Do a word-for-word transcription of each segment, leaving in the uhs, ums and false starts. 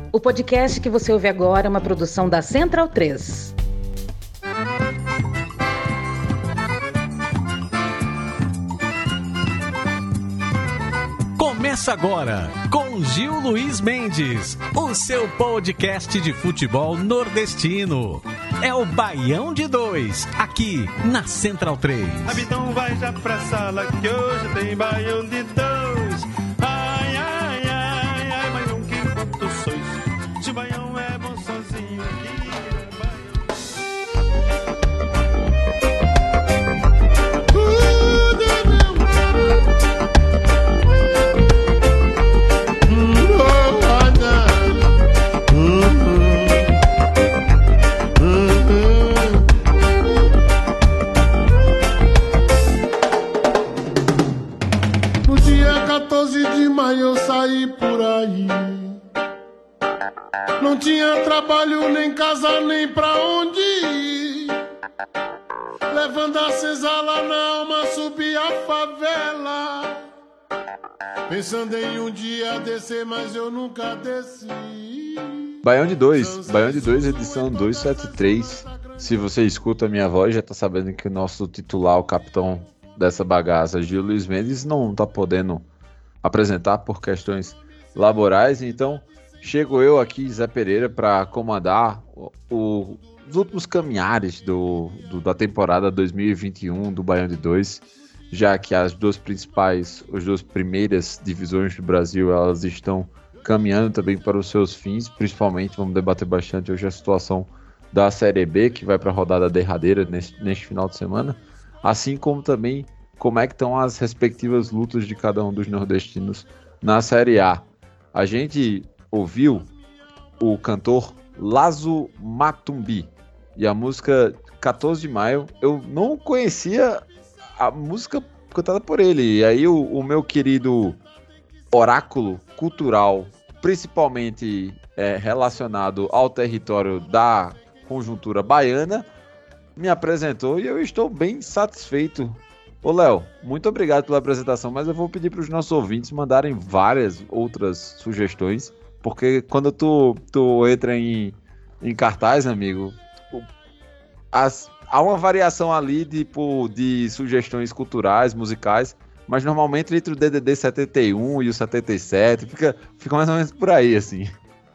O podcast que você ouve agora é uma produção da Central três. Começa agora com Gil Luiz Mendes, o seu podcast de futebol nordestino. É o Baião de Dois, aqui na Central três. Então vai já pra sala que hoje tem Baião de Dois. Ai, ai, ai, ai, Baião, que quanto sois. Se Baião é bom sozinho, que é Baião. quatorze de maio eu saí por aí. Não tinha trabalho, nem casa, nem pra onde ir. Levando a senzala na alma, subi a favela. Pensando em um dia descer, mas eu nunca desci. Baião de Dois, Baião de Dois, edição duzentos e setenta e três. Se você escuta a minha voz, já tá sabendo que o nosso titular, o capitão dessa bagaça, Gil Luiz Mendes, não tá podendo apresentar por questões laborais, então chego eu aqui, Zé Pereira, para comandar o, o, os últimos caminhares do, do, da temporada dois mil e vinte e um do Baião de Dois, já que as duas principais, as duas primeiras divisões do Brasil, elas estão caminhando também para os seus fins, principalmente, vamos debater bastante hoje a situação da Série B, que vai para a rodada derradeira neste, neste final de semana, assim como também como é que estão as respectivas lutas de cada um dos nordestinos na Série A. A gente ouviu o cantor Lazo Matumbi e a música quatorze de maio. Eu não conhecia a música cantada por ele. E aí o, o meu querido oráculo cultural, principalmente é, relacionado ao território da conjuntura baiana, me apresentou e eu estou bem satisfeito. Ô Léo, muito obrigado pela apresentação, mas eu vou pedir para os nossos ouvintes mandarem várias outras sugestões, porque quando tu, tu entra em, em cartaz, amigo, as, há uma variação ali tipo, de sugestões culturais, musicais, mas normalmente entre o D D D setenta e um e o setenta e sete, fica, fica mais ou menos por aí, assim.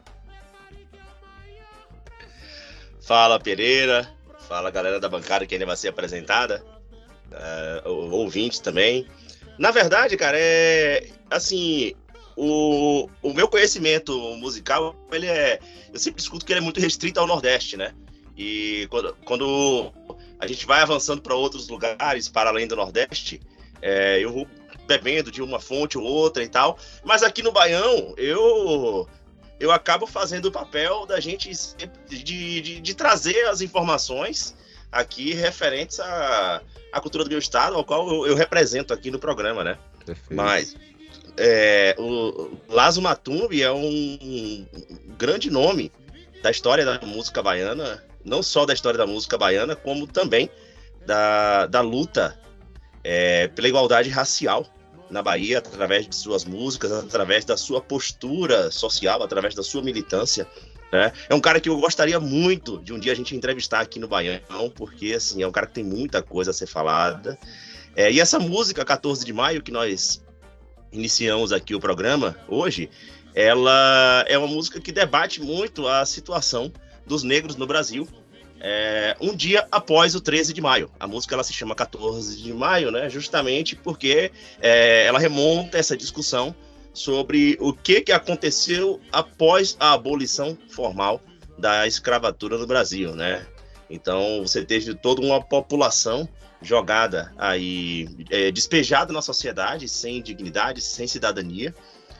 Fala, Pereira. Fala, galera da bancada que ainda vai ser apresentada. Uh, ouvintes também. Na verdade, cara, é assim, o, o meu conhecimento musical, ele é, eu sempre escuto que ele é muito restrito ao Nordeste, né? E quando, quando a gente vai avançando para outros lugares para além do Nordeste, é, eu vou bebendo de uma fonte ou outra e tal, mas aqui no Baião eu eu acabo fazendo o papel da gente de, de, de trazer as informações aqui referentes a a cultura do meu estado, ao qual eu, eu represento aqui no programa, né? Perfeito. Mas é, o Lazo Matumbi é um, um grande nome da história da música baiana, não só da história da música baiana, como também da, da luta é, pela igualdade racial na Bahia, através de suas músicas, através da sua postura social, através da sua militância. É, é um cara que eu gostaria muito de um dia a gente entrevistar aqui no Baião, porque assim, é um cara que tem muita coisa a ser falada. É, e essa música, quatorze de maio, que nós iniciamos aqui o programa hoje, ela é uma música que debate muito a situação dos negros no Brasil, é, um dia após o treze de maio. A música ela se chama quatorze de maio, né, justamente porque é, ela remonta essa discussão sobre o que, que aconteceu após a abolição formal da escravatura no Brasil, né? Então, você teve toda uma população jogada aí, é, despejada na sociedade, sem dignidade, sem cidadania,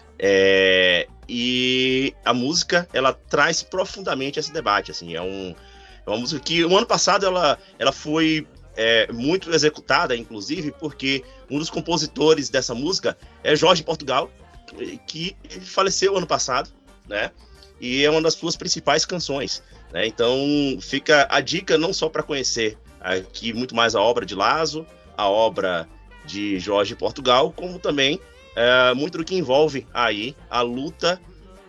é, e a música, ela traz profundamente esse debate, assim, é, um, é uma música que, o ano passado, ela, ela foi é, muito executada, inclusive, porque um dos compositores dessa música é Jorge Portugal, que faleceu ano passado, né? E é uma das suas principais canções, né? Então fica a dica não só para conhecer aqui muito mais a obra de Lazo, a obra de Jorge Portugal, como também é, muito do que envolve aí a luta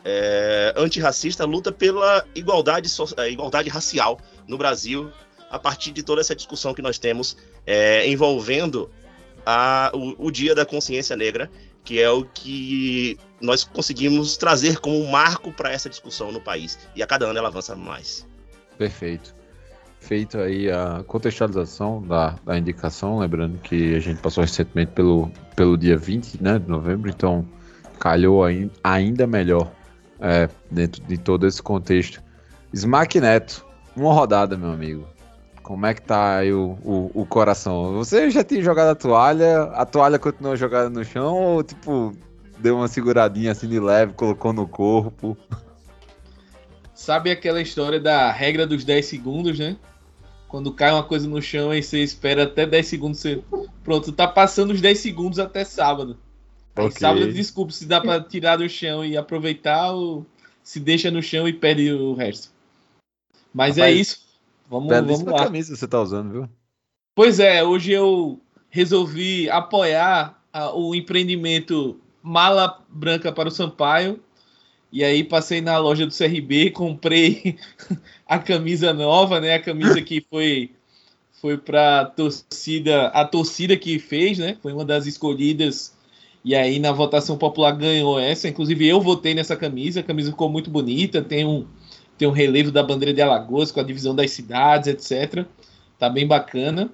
é, antirracista luta pela igualdade, so, igualdade racial no Brasil, a partir de toda essa discussão que nós temos é, envolvendo a, o, o Dia da Consciência Negra, que é o que nós conseguimos trazer como um marco para essa discussão no país. E a cada ano ela avança mais. Perfeito. Feito aí a contextualização da, da indicação, lembrando que a gente passou recentemente pelo, pelo dia vinte, né, de novembro, então calhou aí, ainda melhor é, dentro de todo esse contexto. Smack Neto, uma rodada, meu amigo. Como é que tá aí o, o, o coração? Você já tinha jogado a toalha, a toalha continuou jogada no chão ou tipo, deu uma seguradinha assim de leve, colocou no corpo? Sabe aquela história da regra dos dez segundos, né? Quando cai uma coisa no chão e você espera até dez segundos, você... Pronto, tá passando os dez segundos até sábado. Aí okay. Sábado, desculpa, se dá pra tirar do chão e aproveitar ou se deixa no chão e perde o resto. Mas Rapaz, é isso. Vamos, vamos lá. Camisa você tá usando, viu? Pois é, hoje eu resolvi apoiar a, o empreendimento Mala Branca para o Sampaio. E aí passei na loja do C R B, comprei a camisa nova, né? A camisa que foi, foi para torcida, a torcida que fez, né? Foi uma das escolhidas. E aí na votação popular ganhou essa. Inclusive eu votei nessa camisa. A camisa ficou muito bonita. Tem um, tem um relevo da bandeira de Alagoas com a divisão das cidades, etcétera. Tá bem bacana.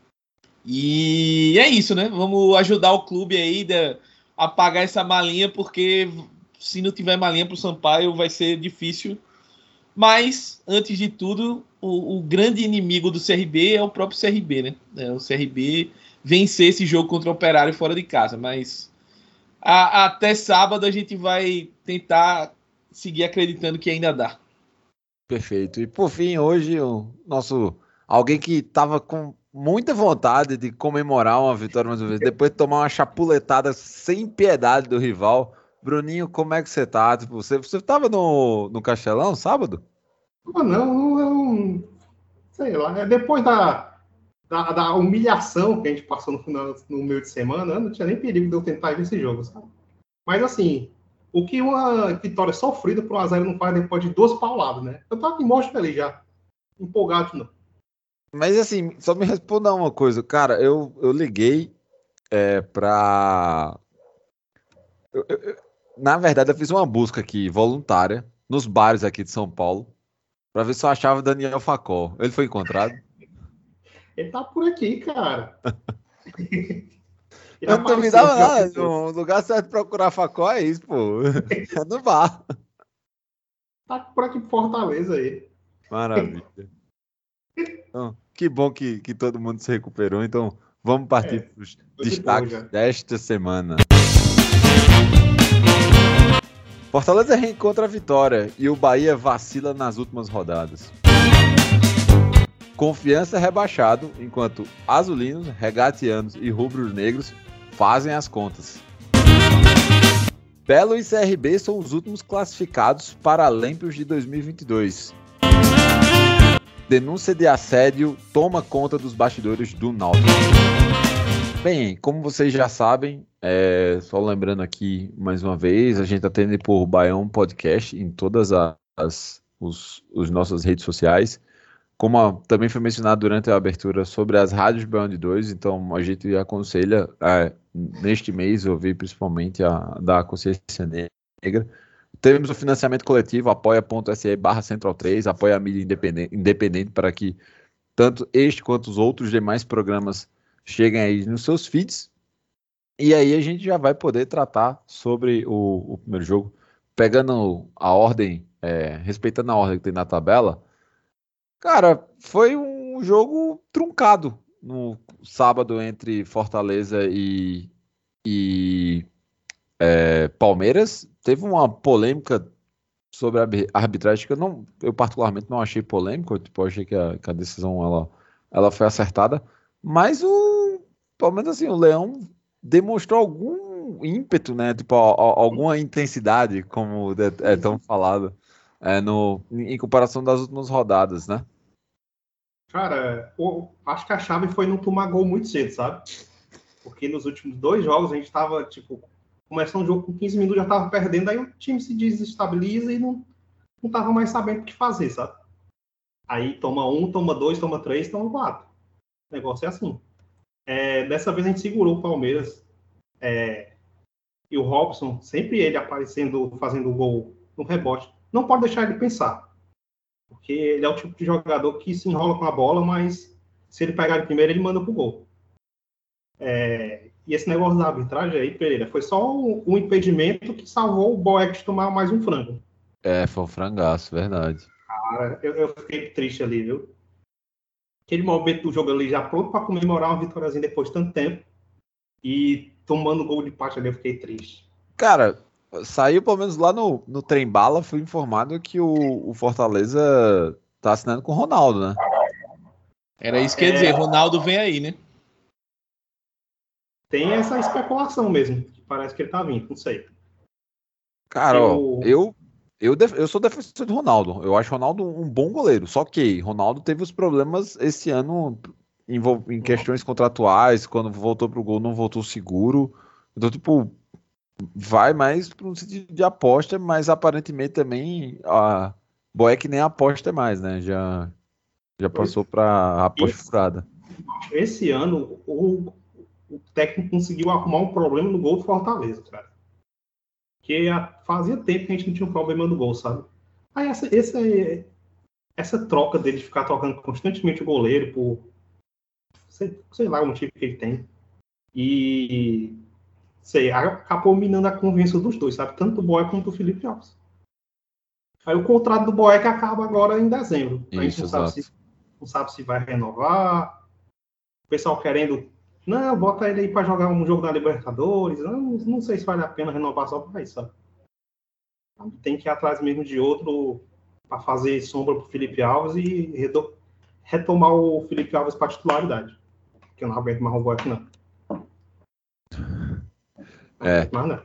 E é isso, né? Vamos ajudar o clube aí de, a pagar essa malinha, porque se não tiver malinha para o Sampaio vai ser difícil. Mas, antes de tudo, o, o grande inimigo do C R B é o próprio C R B, né? É o C R B vencer esse jogo contra o Operário fora de casa. Mas a, até sábado a gente vai tentar seguir acreditando que ainda dá. Perfeito. E por fim, hoje, o nosso alguém que estava com muita vontade de comemorar uma vitória mais uma vez, depois de tomar uma chapuletada sem piedade do rival. Bruninho, como é que você tá? Tipo, você, você tava no, no Castelão sábado? Não, não, não, sei lá. Depois da, da, da humilhação que a gente passou no, final, no meio de semana, não tinha nem perigo de eu tentar ver esse jogo, sabe? Mas assim, o que uma vitória sofrida por um a zero não faz depois de duas pauladas, né? Eu tava com morte ali já, empolgado não. Mas assim, só me responda uma coisa, cara, eu, eu liguei é, pra... Eu, eu, na verdade, eu fiz uma busca aqui, voluntária, nos bares aqui de São Paulo, pra ver se eu achava o Daniel Facó. Ele foi encontrado? Ele tá por aqui, cara. Eu não duvidava nada, o lugar certo de procurar Facó é isso, pô. É no bar. Tá por aqui por Fortaleza aí. Maravilha. Então, que bom que, que todo mundo se recuperou. Então, vamos partir é, para os destaques de desta semana. Fortaleza reencontra a vitória e o Bahia vacila nas últimas rodadas. Confiança rebaixado, enquanto azulinos, regatianos e rubros-negros fazem as contas. Belo e C R B são os últimos classificados para a Lempios de dois mil e vinte e dois. Denúncia de assédio toma conta dos bastidores do Náutico. Bem, como vocês já sabem, é, só lembrando aqui mais uma vez, a gente atende por Baião Podcast em todas as os, os nossas redes sociais. Como a, também foi mencionado durante a abertura sobre as rádios Baião de dois, então a gente aconselha é, neste mês ouvir principalmente a da Consciência Negra. Temos o financiamento coletivo, apoia.se barra Central três, apoia a mídia independente, independente para que tanto este quanto os outros demais programas cheguem aí nos seus feeds. E aí a gente já vai poder tratar sobre o, o primeiro jogo, pegando a ordem, é, respeitando a ordem que tem na tabela. Cara, foi um jogo truncado no sábado entre Fortaleza e, e é, Palmeiras. Teve uma polêmica sobre a arbitragem que eu, não, eu particularmente não achei polêmica. Eu tipo, achei que a, que a decisão ela, ela foi acertada. Mas o, pelo menos assim, o Leão demonstrou algum ímpeto, né? Tipo, a, a, alguma intensidade, como é, é tão falado, é, no, em comparação das últimas rodadas, né? Cara, eu acho que a chave foi não tomar gol muito cedo, sabe? Porque nos últimos dois jogos a gente tava, tipo, começou um jogo com quinze minutos, já tava perdendo, aí o time se desestabiliza e não, não tava mais sabendo o que fazer, sabe? Aí toma um, toma dois, toma três, toma quatro. O negócio é assim. É, dessa vez a gente segurou o Palmeiras. É, e o Robson, sempre ele aparecendo, fazendo gol no rebote. Não pode deixar ele pensar. Porque ele é o tipo de jogador que se enrola com a bola, mas se ele pegar de primeiro, ele manda pro gol. É, e esse negócio da arbitragem aí, Pereira, foi só um, um impedimento que salvou o Boeck de tomar mais um frango. É, foi um frangaço, verdade. Cara, eu, eu fiquei triste ali, viu? Aquele momento do jogo ali, já pronto para comemorar uma vitóriazinha depois de tanto tempo. E tomando gol de parte ali, eu fiquei triste. Cara, saiu pelo menos lá no, no Trem Bala, fui informado que o, o Fortaleza tá assinando com o Ronaldo, né? Era isso que ia dizer, Ronaldo vem aí, né? Tem essa especulação mesmo, que parece que ele tá vindo, não sei. Cara, ó, Eu- eu, eu, def- eu sou defensor do Ronaldo. Eu acho o Ronaldo um bom goleiro. Só que Ronaldo teve os problemas esse ano em, vo- em questões contratuais, quando voltou pro gol, não voltou seguro. Então, tipo, vai mais para um sentido de aposta, mas aparentemente também a Boeck nem aposta mais, né? Já, já passou para aposta Esse- furada. Esse ano, o, o técnico conseguiu arrumar um problema no gol do Fortaleza, cara. Porque a- fazia tempo que a gente não tinha um problema no gol, sabe? Aí essa, essa, essa troca dele de ficar trocando constantemente o goleiro por sei, sei lá o motivo que ele tem. E sei, acabou minando a convivência dos dois, sabe? Tanto do Boeck quanto do Felipe Alves. Aí o contrato do Boeck acaba agora em dezembro. A gente Isso, não sabe, exato. se, não sabe se vai renovar. O pessoal querendo. Não, bota ele aí para jogar um jogo da Libertadores. Não, não sei se vale a pena renovar só para isso, sabe? Tem que ir atrás mesmo de outro para fazer sombra pro Felipe Alves e redo- retomar o Felipe Alves para titularidade. Porque eu não aguento mais o Boeck, não. Não É. aguento mais, não.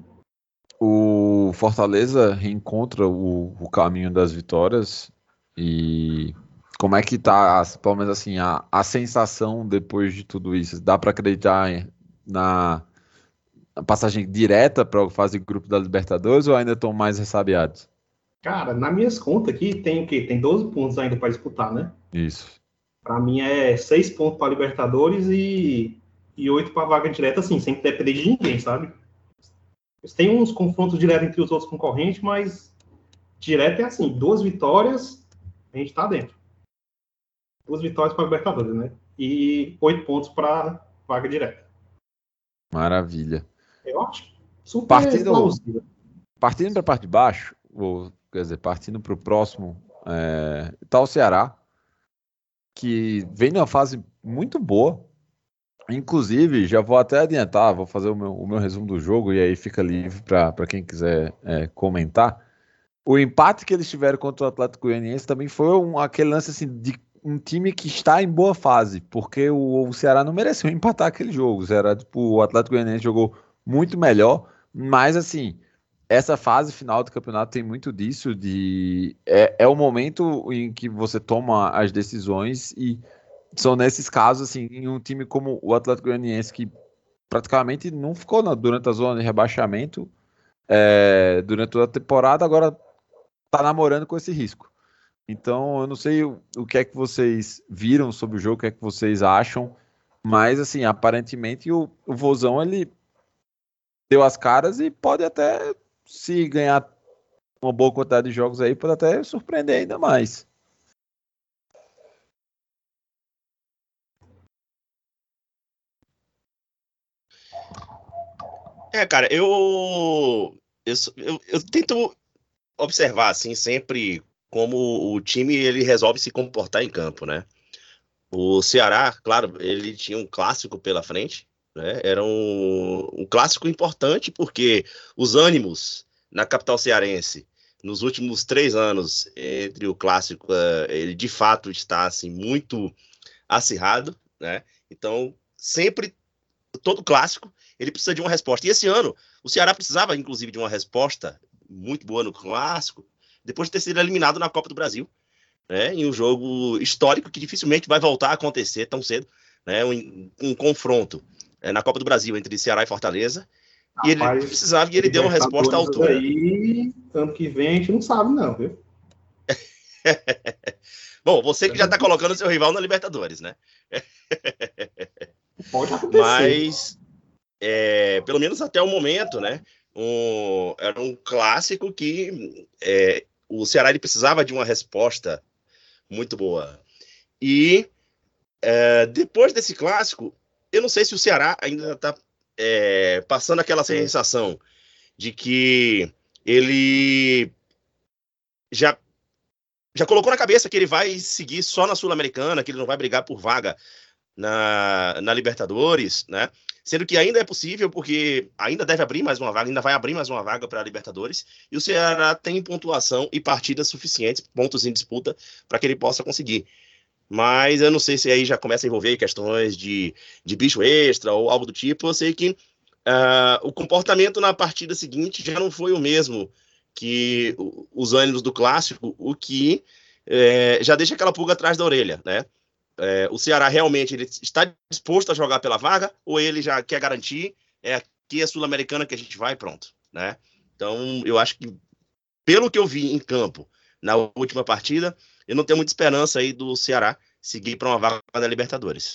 O Fortaleza reencontra o, o caminho das vitórias e como é que tá, pelo menos assim, a, a sensação depois de tudo isso? Dá para acreditar na, na passagem direta para a fase de grupo da Libertadores ou ainda estão mais ressabiados? Cara, nas minhas contas aqui tem o quê? Tem doze pontos ainda para disputar, né? Isso. Para mim é seis pontos para Libertadores e, e oito para vaga direta, assim, sem depender de ninguém, sabe? Tem uns confrontos diretos entre os outros concorrentes, mas direto é assim, duas vitórias, a gente tá dentro. Duas vitórias para Libertadores, né? E oito pontos para vaga direta. Maravilha. Eu acho super Partindo- plausível. Partindo para a parte de baixo, ou, quer dizer, partindo para o próximo, é, tá o Ceará, que vem numa fase muito boa. Inclusive, já vou até adiantar, vou fazer o meu, o meu resumo do jogo e aí fica livre para quem quiser é, comentar. O empate que eles tiveram contra o Atlético Goianiense também foi um, aquele lance assim, de um time que está em boa fase, porque o, o Ceará não mereceu empatar aquele jogo. O, Ceará, tipo, o Atlético Goianiense jogou muito melhor, mas assim, essa fase final do campeonato tem muito disso, de é, é o momento em que você toma as decisões e são nesses casos, assim, em um time como o Atlético Goianiense, que praticamente não ficou na- durante a zona de rebaixamento, é, durante toda a temporada, agora tá namorando com esse risco. Então, eu não sei o, o que é que vocês viram sobre o jogo, o que é que vocês acham, mas, assim, aparentemente o, o Vozão, ele deu as caras e pode até, se ganhar uma boa quantidade de jogos aí, pode até surpreender ainda mais. É, cara, eu, eu, sou- eu, eu tento observar, assim, sempre como o time ele resolve se comportar em campo, né? O Ceará, claro, ele tinha um clássico pela frente, né? Era um, um clássico importante porque os ânimos na capital cearense nos últimos três anos entre o clássico, eh, ele de fato está assim muito acirrado, né? Então sempre todo clássico ele precisa de uma resposta. E esse ano o Ceará precisava inclusive de uma resposta muito boa no clássico, depois de ter sido eliminado na Copa do Brasil, né, em um jogo histórico que dificilmente vai voltar a acontecer tão cedo, né, um, um confronto é, na Copa do Brasil entre Ceará e Fortaleza, e ele Rapaz, precisava e ele deu uma resposta à altura. Aí, ano que vem a gente não sabe não, viu? Bom, você que já tá colocando seu rival na Libertadores, né? Pode acontecer. Mas, é, pelo menos até o momento, né? Um, era um clássico que é, o Ceará ele precisava de uma resposta muito boa. E é, depois desse clássico, eu não sei se o Ceará ainda está é, passando aquela sensação de que ele já, já colocou na cabeça que ele vai seguir só na Sul-Americana, que ele não vai brigar por vaga na, na Libertadores, né? Sendo que ainda é possível, porque ainda deve abrir mais uma vaga, ainda vai abrir mais uma vaga para a Libertadores, e o Ceará tem pontuação e partidas suficientes, pontos em disputa, para que ele possa conseguir. Mas eu não sei se aí já começa a envolver questões de, de bicho extra ou algo do tipo. Eu sei que uh, o comportamento na partida seguinte já não foi o mesmo que os ânimos do clássico, o que é, já deixa aquela pulga atrás da orelha, né? É, o Ceará realmente ele está disposto a jogar pela vaga ou ele já quer garantir é aqui a Sul-Americana que a gente vai pronto, né? Então eu acho que pelo que eu vi em campo na última partida, eu não tenho muita esperança aí do Ceará seguir para uma vaga da Libertadores.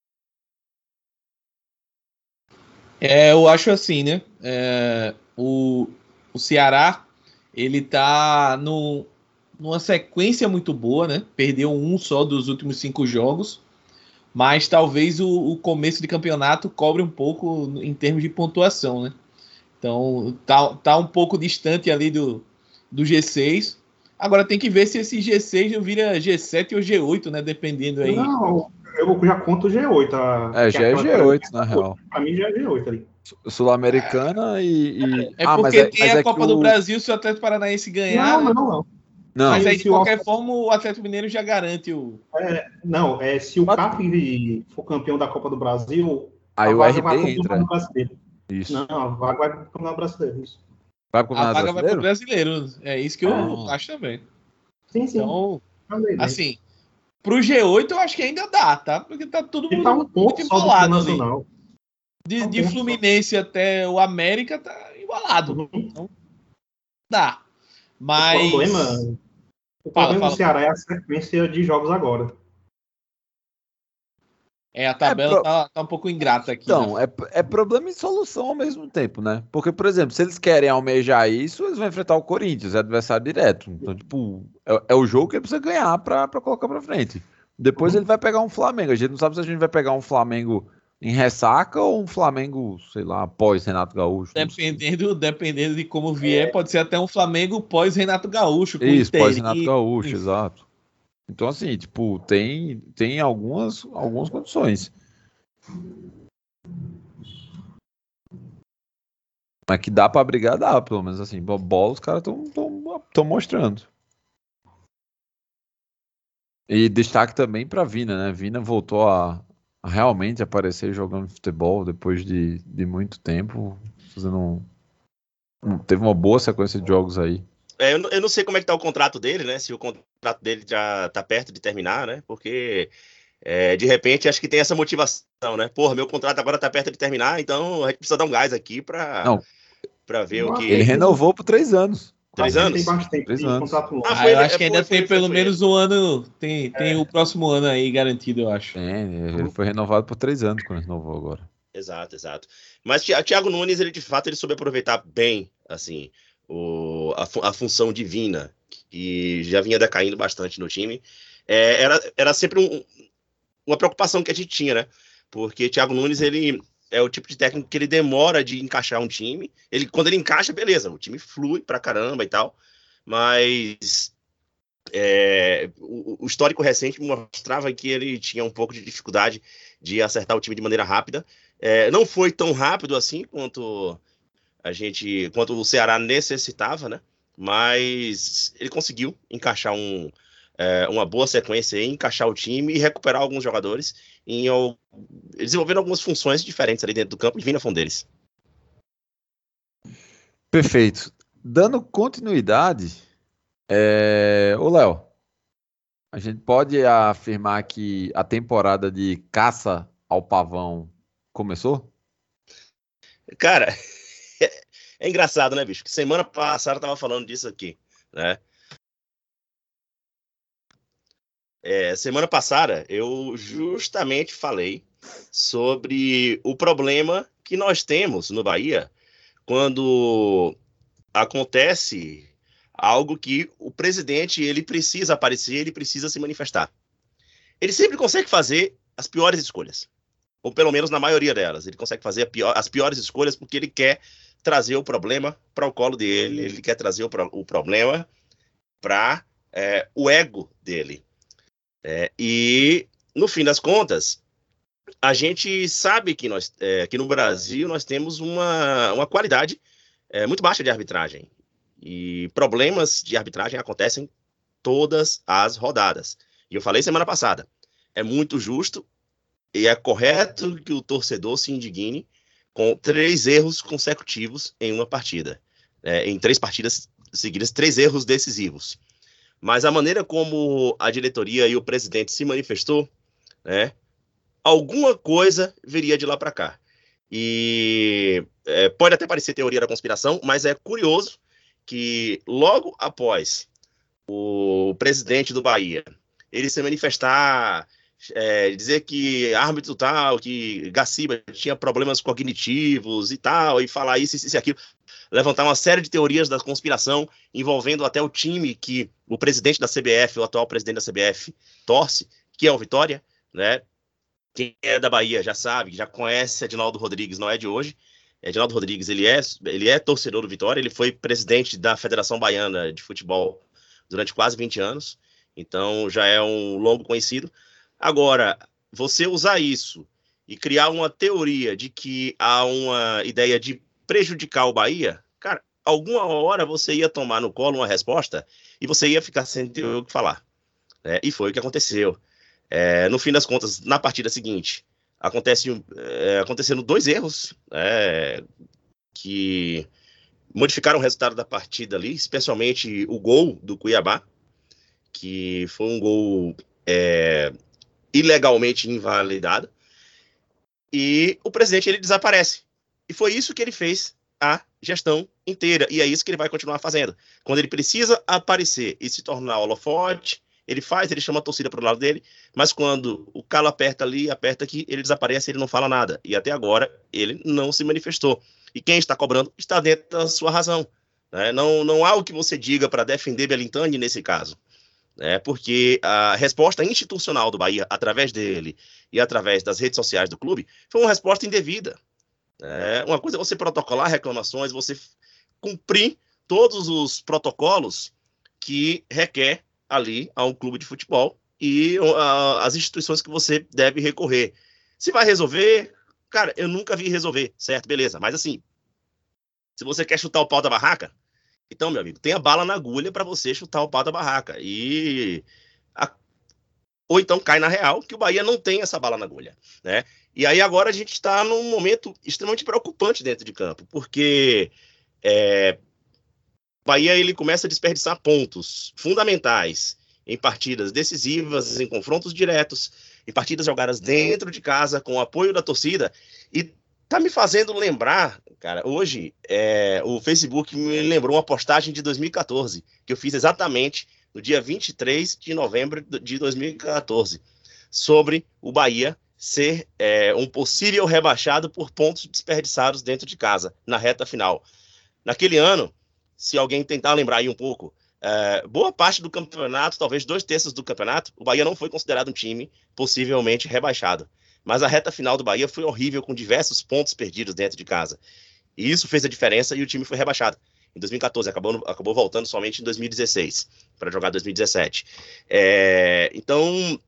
É, eu acho assim, né? É, o, o Ceará ele tá no numa sequência muito boa, né? Perdeu um só dos últimos cinco jogos, mas talvez o, o começo de campeonato cobre um pouco em termos de pontuação, né? Então tá, tá um pouco distante ali do, do G seis. Agora tem que ver se esse G seis não vira G sete ou G oito, né? Dependendo aí. Não, eu já conto o G oito. A, é, já é G oito, na real. Pra mim já é G oito ali. Sul-Americana e, e... É ah, porque mas é, tem mas a é Copa que do o... Brasil, se o Atlético Paranaense ganhar. Não, não, não. Não. Mas aí, de se qualquer o... forma, o Atlético Mineiro já garante o... É, não, é, se o Mas... Cap for campeão da Copa do Brasil, aí a o vaga R B vai pro entra. Campeonato Brasileiro. Isso. Não, a vaga vai pro Campeonato Brasileiro. Isso. Vai pro A Campeonato vaga vai Brasileiro? pro brasileiro. É isso que eu Ah. acho também. Sim, sim. Então, Também, né? assim, pro G oito eu acho que ainda dá, tá? Porque tá todo Ele mundo tá um pouco muito só do embolado ali. Nacional. De, Tá um de pouco Fluminense só. Até o América tá embolado. Uhum. Então, dá. Mas... O problema, o Fala, problema fala. do Ceará é a sequência de jogos agora. É, a tabela É pro... tá, tá um pouco ingrata aqui. Então, né? é, é problema e solução ao mesmo tempo, né? Porque, por exemplo, se eles querem almejar isso, eles vão enfrentar o Corinthians, é adversário direto. Então, tipo, é, é o jogo que ele precisa ganhar pra, pra colocar pra frente. Depois Uhum. ele vai pegar um Flamengo. A gente não sabe se a gente vai pegar um Flamengo em ressaca ou um Flamengo, sei lá, pós Renato Gaúcho. Dependendo, dependendo de como vier, é. pode ser até um Flamengo pós Renato Gaúcho. Com isso, Inter, pós Renato e... Gaúcho, exato. Então, assim, tipo, tem, tem algumas, algumas condições. Mas que dá pra brigar, dá, pelo menos assim. Bola os caras estão mostrando. E destaque também pra Vina, né? Vina voltou a, a realmente aparecer jogando futebol depois de, de muito tempo. Fazendo um, um, teve uma boa sequência de jogos aí. É, eu, não, eu não sei como é que tá o contrato dele, né? Se o contrato dele já tá perto de terminar, né? Porque, é, de repente, acho que tem essa motivação, né? Porra, meu contrato agora tá perto de terminar, então a gente precisa dar um gás aqui pra, não, pra ver o que... Ele renovou por três anos. Três anos? Tem bastante Três de anos. contrato longo. Ah, foi, eu acho que foi, ainda foi, tem foi, pelo foi menos um ano. Tem, tem É. o próximo ano aí garantido, eu acho. Tem, ele foi renovado por três anos quando renovou agora. Exato, exato. Mas o Thiago Nunes, ele de fato, ele soube aproveitar bem, assim, o, a, a função divina, que já vinha decaindo bastante no time. É, era, era sempre um, uma preocupação que a gente tinha, né? Porque Thiago Nunes, ele é o tipo de técnico que ele demora de encaixar um time. Ele, quando ele encaixa, beleza, o time flui pra caramba e tal. Mas é, o, o histórico recente mostrava que ele tinha um pouco de dificuldade de acertar o time de maneira rápida. É, não foi tão rápido assim quanto a gente, quanto o Ceará necessitava, né? Mas ele conseguiu encaixar um, é, uma boa sequência aí, encaixar o time e recuperar alguns jogadores, em, desenvolvendo algumas funções diferentes ali dentro do campo, e Vina foi um deles. Perfeito. Dando continuidade, é... ô Léo, a gente pode afirmar que a temporada de caça ao pavão começou? Cara, É engraçado, né, bicho? Que semana passada eu tava falando disso aqui, né? É, semana passada eu justamente falei sobre o problema que nós temos no Bahia quando acontece algo que o presidente ele precisa aparecer, ele precisa se manifestar. Ele sempre consegue fazer as piores escolhas, ou pelo menos na maioria delas. Ele consegue fazer pior, as piores escolhas porque ele quer trazer o problema para o colo dele, ele quer trazer o, pro, o problema para é, o ego dele. É, e, no fim das contas, a gente sabe que, nós, é, que no Brasil nós temos uma, uma qualidade é, muito baixa de arbitragem. E problemas de arbitragem acontecem todas as rodadas. E eu falei semana passada, é muito justo e é correto que o torcedor se indigne com três erros consecutivos em uma partida. É, em três partidas seguidas, três erros decisivos. Mas a maneira como a diretoria e o presidente se manifestou, né, alguma coisa viria de lá para cá. E é, pode até parecer teoria da conspiração, mas é curioso que logo após o presidente do Bahia ele se manifestar, é, dizer que árbitro tal, que Gaciba tinha problemas cognitivos e tal, e falar isso, isso e aquilo, levantar uma série de teorias da conspiração envolvendo até o time que o presidente da C B F, o atual presidente da C B F, torce, que é o Vitória, né? Quem é da Bahia já sabe, já conhece Edinaldo Rodrigues, não é de hoje. Edinaldo Rodrigues, ele é, ele é torcedor do Vitória, ele foi presidente da Federação Baiana de Futebol durante quase vinte anos, então já é um longo conhecido. Agora, você usar isso e criar uma teoria de que há uma ideia de prejudicar o Bahia, cara, alguma hora você ia tomar no colo uma resposta e você ia ficar sem ter o que falar. Né? E foi o que aconteceu. É, no fim das contas, na partida seguinte, acontece, é, aconteceram dois erros é, que modificaram o resultado da partida ali, especialmente o gol do Cuiabá, que foi um gol é, ilegalmente invalidado, e o presidente ele desaparece. E foi isso que ele fez a gestão inteira, e é isso que ele vai continuar fazendo. Quando ele precisa aparecer e se tornar holofote, ele faz, ele chama a torcida para o lado dele, mas quando o calo aperta ali, aperta aqui, ele desaparece, ele não fala nada. E até agora, ele não se manifestou. E quem está cobrando está dentro da sua razão. Né? Não, não há o que você diga para defender Belintani nesse caso. Né? Porque a resposta institucional do Bahia, através dele e através das redes sociais do clube, foi uma resposta indevida. É, uma coisa é você protocolar reclamações, você cumprir todos os protocolos que requer ali a um clube de futebol e uh, as instituições que você deve recorrer. Se vai resolver, cara, eu nunca vi resolver, certo? Beleza, mas assim, se você quer chutar o pau da barraca, então, meu amigo, tenha bala na agulha para você chutar o pau da barraca. E a... Ou então cai na real, que o Bahia não tem essa bala na agulha, né? E aí agora a gente está num momento extremamente preocupante dentro de campo, porque é, o Bahia ele começa a desperdiçar pontos fundamentais em partidas decisivas, em confrontos diretos, em partidas jogadas dentro de casa, com o apoio da torcida, e tá me fazendo lembrar, cara, hoje é, o Facebook me lembrou uma postagem de dois mil e quatorze, que eu fiz exatamente no dia vinte e três de novembro de dois mil e quatorze, sobre o Bahia ser é, um possível rebaixado por pontos desperdiçados dentro de casa, na reta final. Naquele ano, se alguém tentar lembrar aí um pouco, é, boa parte do campeonato, talvez dois terços do campeonato, o Bahia não foi considerado um time possivelmente rebaixado. Mas a reta final do Bahia foi horrível, com diversos pontos perdidos dentro de casa. E isso fez a diferença e o time foi rebaixado. Em dois mil e quatorze, acabou, acabou voltando somente em dois mil e dezesseis, para jogar dois mil e dezessete. É, então,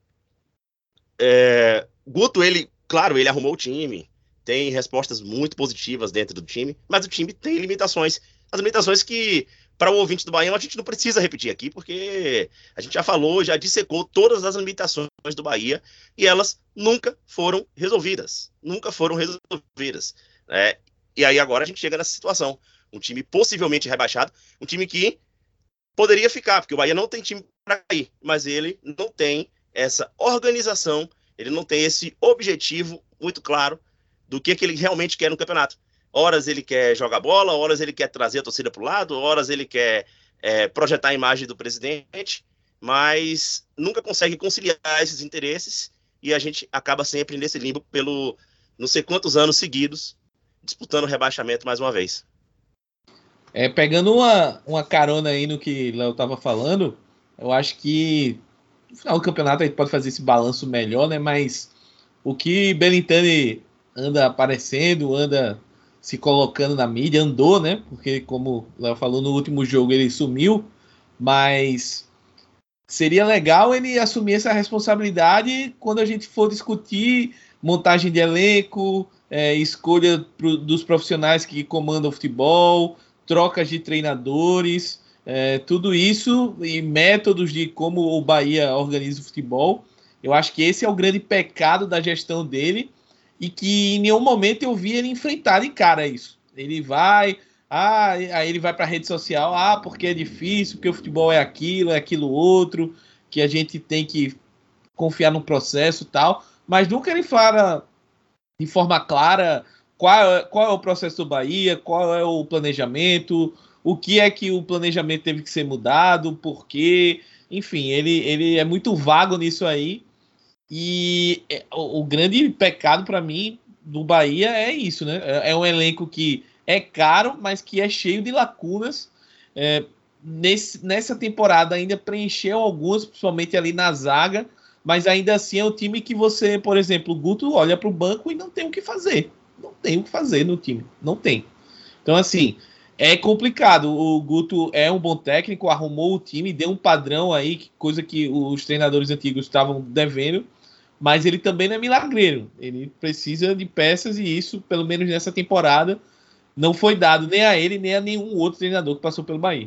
é, Guto, ele, claro, ele arrumou o time, tem respostas muito positivas dentro do time, mas o time tem limitações. As limitações que, para o ouvinte do Bahia, a gente não precisa repetir aqui, porque a gente já falou, já dissecou todas as limitações do Bahia e elas nunca foram resolvidas. Nunca foram resolvidas. Né? E aí agora a gente chega nessa situação. Um time possivelmente rebaixado, um time que poderia ficar, porque o Bahia não tem time para cair, mas ele não tem essa organização, ele não tem esse objetivo muito claro do que, que ele realmente quer no campeonato. Horas ele quer jogar bola, horas ele quer trazer a torcida para o lado, horas ele quer é, projetar a imagem do presidente, mas nunca consegue conciliar esses interesses e a gente acaba sempre nesse limbo pelo não sei quantos anos seguidos, disputando o rebaixamento mais uma vez. É, pegando uma, uma carona aí no que o Léo estava falando, eu acho que no final do campeonato a gente pode fazer esse balanço melhor, né? Mas o que Belintani anda aparecendo, anda se colocando na mídia, andou, né? Porque, como o Léo falou, no último jogo ele sumiu, mas seria legal ele assumir essa responsabilidade quando a gente for discutir montagem de elenco, é, escolha pro, dos profissionais que comandam o futebol, trocas de treinadores, é, tudo isso e métodos de como o Bahia organiza o futebol. Eu acho que esse é o grande pecado da gestão dele e que em nenhum momento eu vi ele enfrentar de cara isso. Ele vai, ah, aí ele vai para a rede social, ah, porque é difícil, porque o futebol é aquilo, é aquilo outro, que a gente tem que confiar no processo e tal, mas nunca ele fala de forma clara qual é, qual é o processo do Bahia, qual é o planejamento, o que é que o planejamento teve que ser mudado, por quê, enfim, ele, ele é muito vago nisso aí. E o, o grande pecado para mim do Bahia é isso, né? É, é um elenco que é caro, mas que é cheio de lacunas. É, nesse, nessa temporada ainda preencheu algumas, principalmente ali na zaga, mas ainda assim é um time que você, por exemplo, o Guto olha para o banco e não tem o que fazer. Não tem o que fazer no time, não tem. Então, assim, é complicado. O Guto é um bom técnico, arrumou o time, deu um padrão aí, coisa que os treinadores antigos estavam devendo, mas ele também não é milagreiro. Ele precisa de peças e isso, pelo menos nessa temporada, não foi dado nem a ele, nem a nenhum outro treinador que passou pelo Bahia.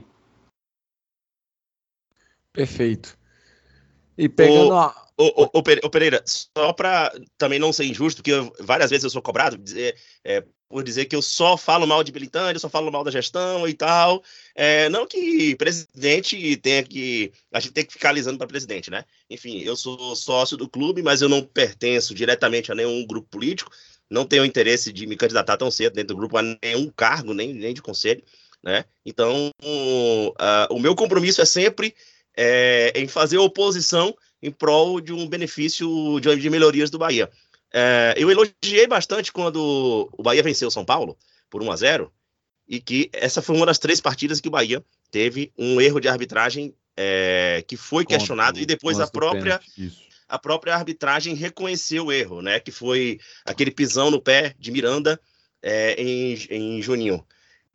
Perfeito. E pegando o, a... o, o, o Pereira, só para também não ser injusto, porque eu, várias vezes eu sou cobrado dizer, é, por dizer que eu só falo mal de Belintani, eu só falo mal da gestão e tal. É, não que presidente tenha que... A gente tem que ficar alisando para presidente, né? Enfim, eu sou sócio do clube, mas eu não pertenço diretamente a nenhum grupo político, não tenho interesse de me candidatar tão cedo dentro do grupo a nenhum cargo, nem, nem de conselho, né? Então, um, uh, o meu compromisso é sempre é, em fazer oposição em prol de um benefício de, de melhorias do Bahia. É, eu elogiei bastante quando o Bahia venceu o São Paulo por um a zero, e que essa foi uma das três partidas que o Bahia teve um erro de arbitragem é, que foi Contra, questionado e depois a própria, pênalti, a própria arbitragem reconheceu o erro, né, que foi aquele pisão no pé de Miranda é, em, em Juninho.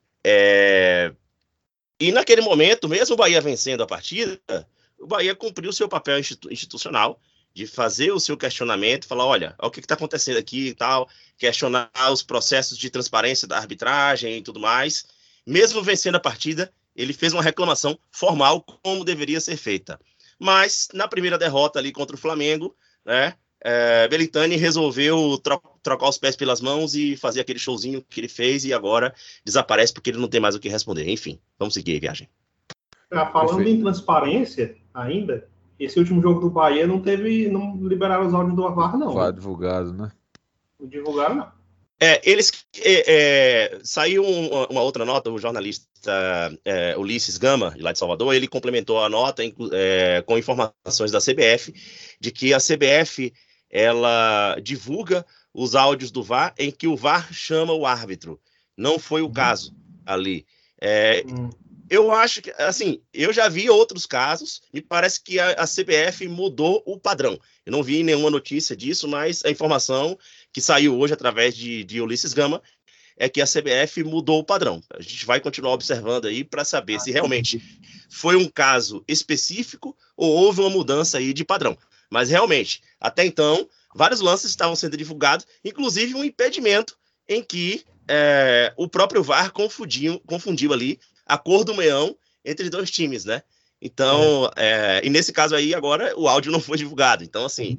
É, e naquele momento, mesmo o Bahia vencendo a partida, o Bahia cumpriu o seu papel institu- institucional de fazer o seu questionamento, falar, olha, olha o que está acontecendo aqui e tal, questionar os processos de transparência da arbitragem e tudo mais. Mesmo vencendo a partida, ele fez uma reclamação formal como deveria ser feita. Mas, na primeira derrota ali contra o Flamengo, né, é, Belintani resolveu tro- trocar os pés pelas mãos e fazer aquele showzinho que ele fez e agora desaparece porque ele não tem mais o que responder. Enfim, vamos seguir a viagem. Ah, falando Perfeito. em transparência ainda, esse último jogo do Bahia não teve, não liberaram os áudios do V A R, não. Foi divulgado, né? Não divulgaram, não. É, eles é, é, saiu um, uma outra nota, o jornalista é, Ulisses Gama, lá de Salvador, ele complementou a nota é, com informações da C B F, de que a C B F ela divulga os áudios do V A R em que o V A R chama o árbitro. Não foi o Uhum. caso ali. É, Hum. Eu acho que, assim, eu já vi outros casos, me parece que a, a C B F mudou o padrão. Eu não vi nenhuma notícia disso, mas a informação que saiu hoje através de, de Ulisses Gama é que a C B F mudou o padrão. A gente vai continuar observando aí para saber se realmente foi um caso específico ou houve uma mudança aí de padrão. Mas realmente, até então, vários lances estavam sendo divulgados, inclusive um impedimento em que é, o próprio V A R confundiu, confundiu ali a cor do meião entre dois times, né? Então, é. É, e nesse caso aí, agora, o áudio não foi divulgado. Então, assim,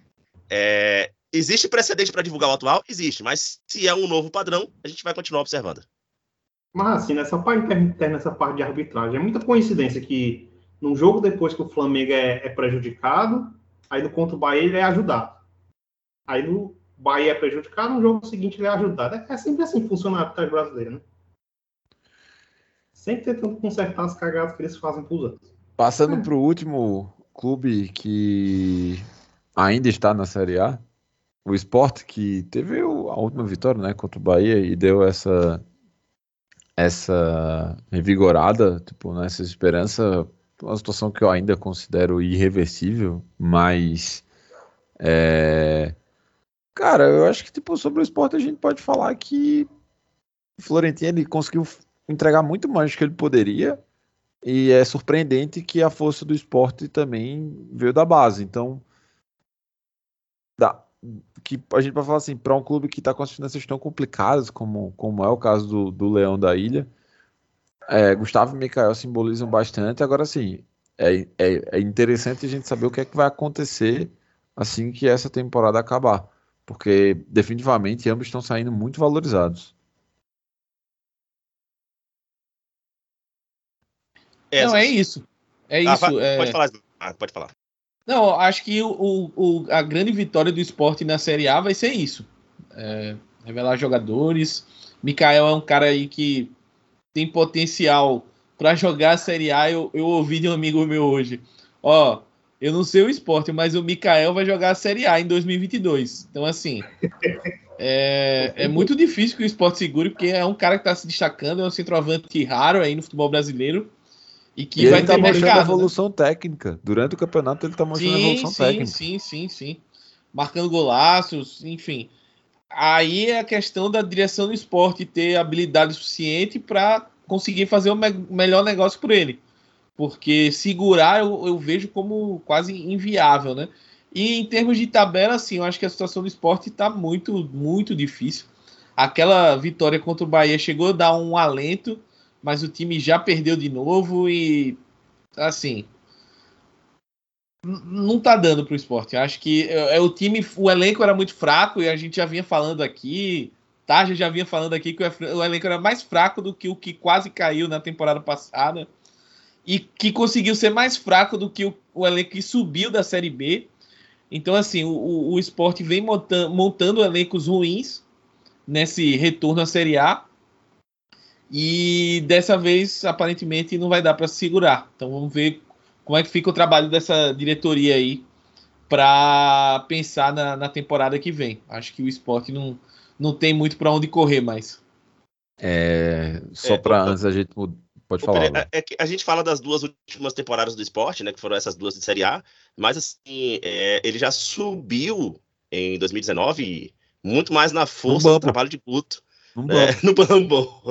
é, existe precedente para divulgar o atual? Existe, mas se é um novo padrão, a gente vai continuar observando. Mas assim, nessa parte, nessa parte de arbitragem, é muita coincidência que num jogo depois que o Flamengo é, é prejudicado, aí no contra o Bahia ele é ajudado. Aí no, Bahia é prejudicado, no jogo seguinte ele é ajudado. É, é sempre assim que funciona a arbitragem brasileira, né? Sempre tentando consertar as cagadas que eles fazem pros outros. Passando É. para o último clube que ainda está na Série A, o Sport, que teve o- a última vitória, né, contra o Bahia e deu essa essa revigorada, tipo, nessa esperança, uma situação que eu ainda considero irreversível, mas é, cara, eu acho que tipo sobre o Sport a gente pode falar que o Florentino ele conseguiu entregar muito mais do que ele poderia. E é surpreendente que a força do esporte também veio da base. Então, dá, que a gente pode falar assim, para um clube que está com as finanças tão complicadas, como, como é o caso do, do Leão da Ilha, é, Gustavo e Mikael simbolizam bastante. Agora, sim, é, é, é interessante a gente saber o que é que vai acontecer assim que essa temporada acabar. Porque, definitivamente, ambos estão saindo muito valorizados. É, Não, é isso. É ah, vai- isso. é... Pode falar. Ah, pode falar. Não, acho que o, o, a grande vitória do esporte na Série A vai ser isso. É, revelar jogadores. Mikael é um cara aí que tem potencial para jogar a Série A. Eu, eu ouvi de um amigo meu hoje. Ó, eu não sei o esporte, mas o Mikael vai jogar a Série A em dois mil e vinte e dois. Então, assim, é, é muito difícil que o esporte segure, porque é um cara que está se destacando, é um centroavante raro aí no futebol brasileiro. E que E vai ele tá ter mostrando mercado, né? evolução técnica. Durante o campeonato ele tá mostrando Sim, evolução sim, técnica. sim, sim, sim. Marcando golaços, enfim. Aí é a questão da direção do esporte ter habilidade suficiente para conseguir fazer o me melhor negócio por ele. Porque segurar eu, eu vejo como quase inviável, né? E em termos de tabela, assim, eu acho que a situação do esporte está muito, muito difícil. Aquela vitória contra o Bahia chegou a dar um alento, mas o time já perdeu de novo e, assim, não tá dando pro esporte. Eu acho que é, é o time, o elenco era muito fraco e a gente já vinha falando aqui, Tarja já vinha falando aqui que o, o elenco era mais fraco do que o que quase caiu na temporada passada e que conseguiu ser mais fraco do que o, o elenco que subiu da Série B. Então, assim, o, o, o esporte vem montando, montando elencos ruins nesse retorno à Série A e dessa vez, aparentemente, não vai dar para segurar. Então, vamos ver como é que fica o trabalho dessa diretoria aí para pensar na, na temporada que vem. Acho que o esporte não, não tem muito para onde correr mais. É, só É, para o- antes a gente mud- pode o falar, Pereira- Léo. é que a gente fala das duas últimas temporadas do esporte, né? Que foram essas duas de Série A, mas assim, é, ele já subiu em dois mil e dezenove muito mais na No força do bambo, trabalho de Guto, no né? bambo. No Bambu.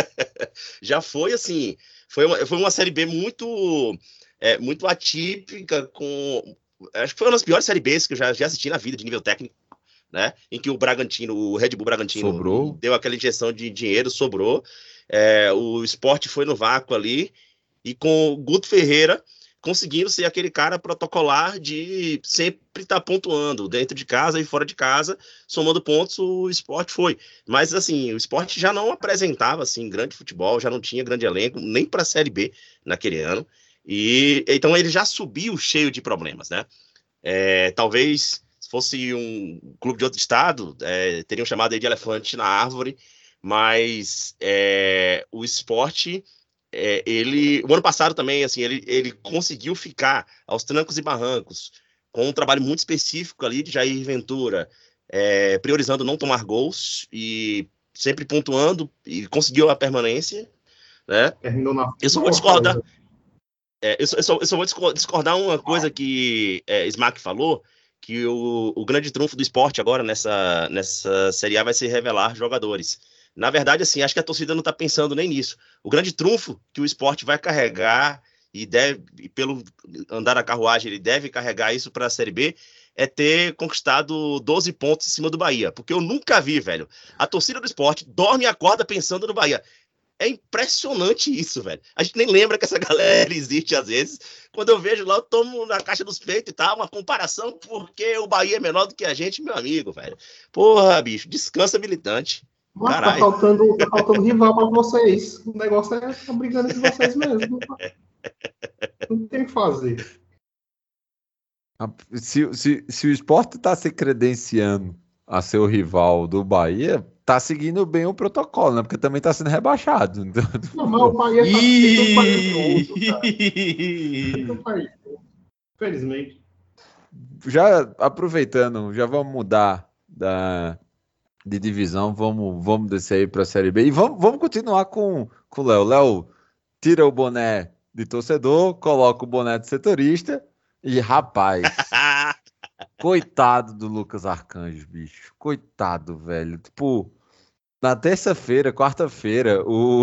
Já foi assim, foi uma, foi uma Série B muito, é, muito atípica, com. Acho que foi uma das piores Série Bs que eu já, já assisti na vida, de nível técnico, né? Em que o Bragantino, o Red Bull Bragantino, Sobrou. deu aquela injeção de dinheiro, sobrou. É, o Sport foi no vácuo ali, e com o Guto Ferreira conseguindo ser aquele cara protocolar de sempre estar pontuando dentro de casa e fora de casa, somando pontos, o Sport foi. Mas assim, o Sport já não apresentava assim grande futebol, já não tinha grande elenco, nem para a Série B naquele ano. E então ele já subiu cheio de problemas, né? É, talvez se fosse um clube de outro estado, é, teriam chamado ele de elefante na árvore, mas é, o Sport, é, ele, o ano passado também, assim, ele, ele conseguiu ficar aos trancos e barrancos, com um trabalho muito específico ali de Jair Ventura, é, priorizando não tomar gols e sempre pontuando, e conseguiu a permanência, né? Terminou na Eu só vou discordar, é, eu, só, eu, só, eu só vou discordar uma coisa que é, Smack falou, que o, o grande trunfo do esporte agora nessa, nessa Série A vai ser revelar jogadores. Na verdade, assim, acho que a torcida não está pensando nem nisso. O grande trunfo que o esporte vai carregar, e deve, e pelo andar da carruagem, ele deve carregar isso para a Série B, é ter conquistado doze pontos em cima do Bahia. Porque eu nunca vi, velho, a torcida do esporte dorme e acorda pensando no Bahia. É impressionante isso, velho. A gente nem lembra que essa galera existe às vezes. Quando eu vejo lá, eu tomo na caixa dos peitos e tal, uma comparação, porque o Bahia é menor do que a gente, meu amigo, velho. Porra, bicho, descansa militante. Mas tá Caralho. faltando, tá faltando rival pra vocês. O negócio é tá brigando entre vocês mesmo. Não tem o que fazer. Se, se, se o esporte está se credenciando a ser o rival do Bahia, tá seguindo bem o protocolo, né? Porque também tá sendo rebaixado. Então, Não, mas o Bahia tá feito um país outro, cara. Feito um país outro. Infelizmente. Já aproveitando, já vamos mudar da, de divisão, vamos, vamos descer aí para a Série B e vamos, vamos continuar com, com o Léo. Léo, tira o boné de torcedor, coloca o boné de setorista e, rapaz, coitado do Lucas Arcanjo, bicho. Coitado, velho. Tipo, na terça-feira, quarta-feira, o,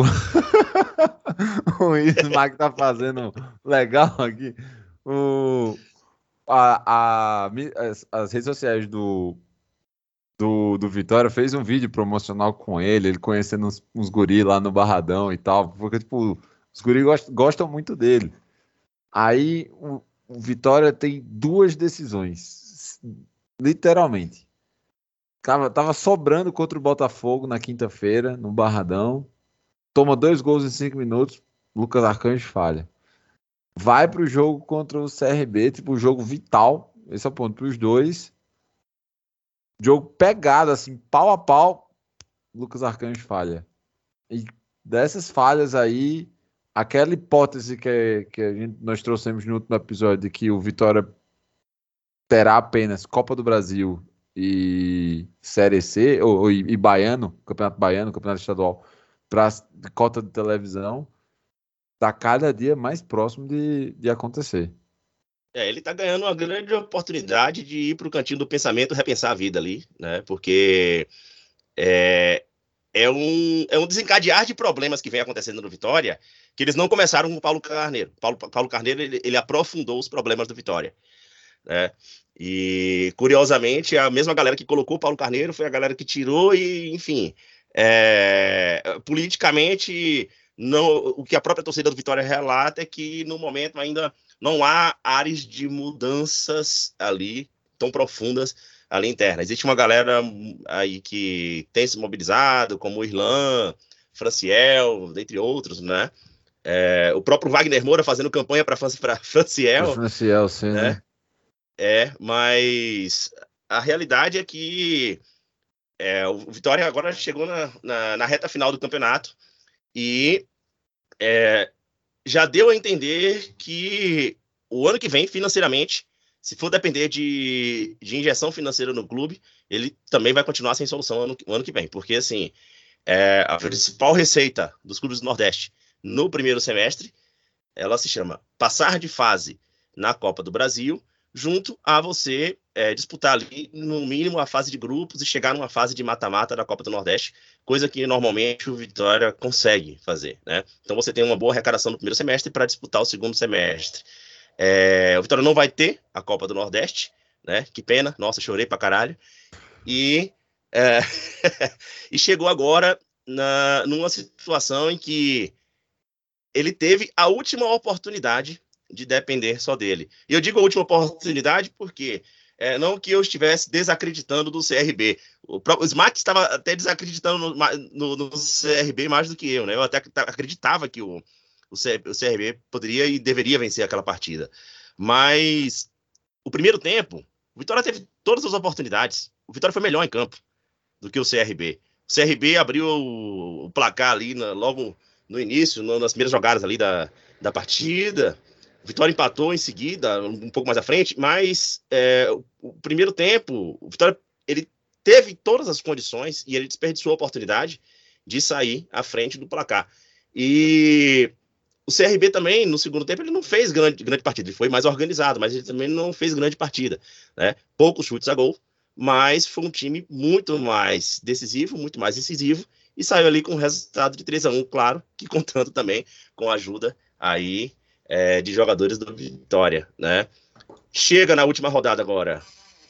o Ismac tá fazendo legal aqui. O... A, a, as, as redes sociais do, do, do Vitória fez um vídeo promocional com ele, ele conhecendo uns, uns guris lá no Barradão e tal, porque, tipo, os guris gostam, gostam muito dele. Aí, o, o Vitória tem duas decisões, literalmente. Tava, tava sobrando contra o Botafogo na quinta-feira, no Barradão, toma dois gols em cinco minutos, Lucas Arcanjo falha. Vai pro jogo contra o C R B, tipo, um jogo vital, esse é o ponto, pros dois. Jogo pegado, assim, pau a pau, Lucas Arcanjo falha. E dessas falhas aí, aquela hipótese que, que a gente, nós trouxemos no último episódio, de que o Vitória terá apenas Copa do Brasil e Série C, ou, ou, e Baiano, Campeonato Baiano, Campeonato Estadual, para cota de televisão, tá cada dia mais próximo de, de acontecer. É, ele tá ganhando uma grande oportunidade de ir pro cantinho do pensamento, repensar a vida ali, né? Porque é, é, um, é um desencadear de problemas que vem acontecendo no Vitória, que eles não começaram com o Paulo Carneiro. Paulo, Paulo Carneiro, ele, ele aprofundou os problemas do Vitória, né? E, curiosamente, a mesma galera que colocou o Paulo Carneiro foi a galera que tirou e, enfim, é, politicamente... Não, o que a própria torcida do Vitória relata é que, no momento, ainda não há áreas de mudanças ali tão profundas ali interna. Existe uma galera aí que tem se mobilizado, como o Irlan, Franciel, dentre outros, né? É, o próprio Wagner Moura fazendo campanha para Franciel. Franciel, sim, né? né? É, mas a realidade é que é, o Vitória agora chegou na, na, na reta final do campeonato. E é, já deu a entender que o ano que vem, financeiramente, se for depender de, de injeção financeira no clube, ele também vai continuar sem solução ano, ano que vem. Porque, assim, é, a principal receita dos clubes do Nordeste no primeiro semestre, ela se chama passar de fase na Copa do Brasil, junto a você é, disputar ali, no mínimo, a fase de grupos e chegar numa fase de mata-mata da Copa do Nordeste, coisa que normalmente o Vitória consegue fazer, né? Então você tem uma boa arrecadação no primeiro semestre para disputar o segundo semestre. É, o Vitória não vai ter a Copa do Nordeste, né? Que pena, nossa, chorei pra caralho. E, é, e chegou agora na, numa situação em que ele teve a última oportunidade de depender só dele. E eu digo a última oportunidade porque é, não que eu estivesse desacreditando do C R B. O, próprio, o Smack estava até desacreditando no, no, no C R B mais do que eu, né? Eu até acreditava que o, o, C, o C R B poderia e deveria vencer aquela partida. Mas o primeiro tempo, o Vitória teve todas as oportunidades. O Vitória foi melhor em campo do que o C R B. O C R B abriu o, o placar ali na, logo no início, no, nas primeiras jogadas ali da, da partida. O Vitória empatou em seguida, um pouco mais à frente, mas é, o, o primeiro tempo, o Vitória ele teve todas as condições e ele desperdiçou a oportunidade de sair à frente do placar. E o C R B também, no segundo tempo, ele não fez grande, grande partida, ele foi mais organizado, mas ele também não fez grande partida, né? Poucos chutes a gol, mas foi um time muito mais decisivo, muito mais incisivo, e saiu ali com um resultado de três a um, claro, que contando também com a ajuda aí É, de jogadores do Vitória, né? Chega na última rodada agora,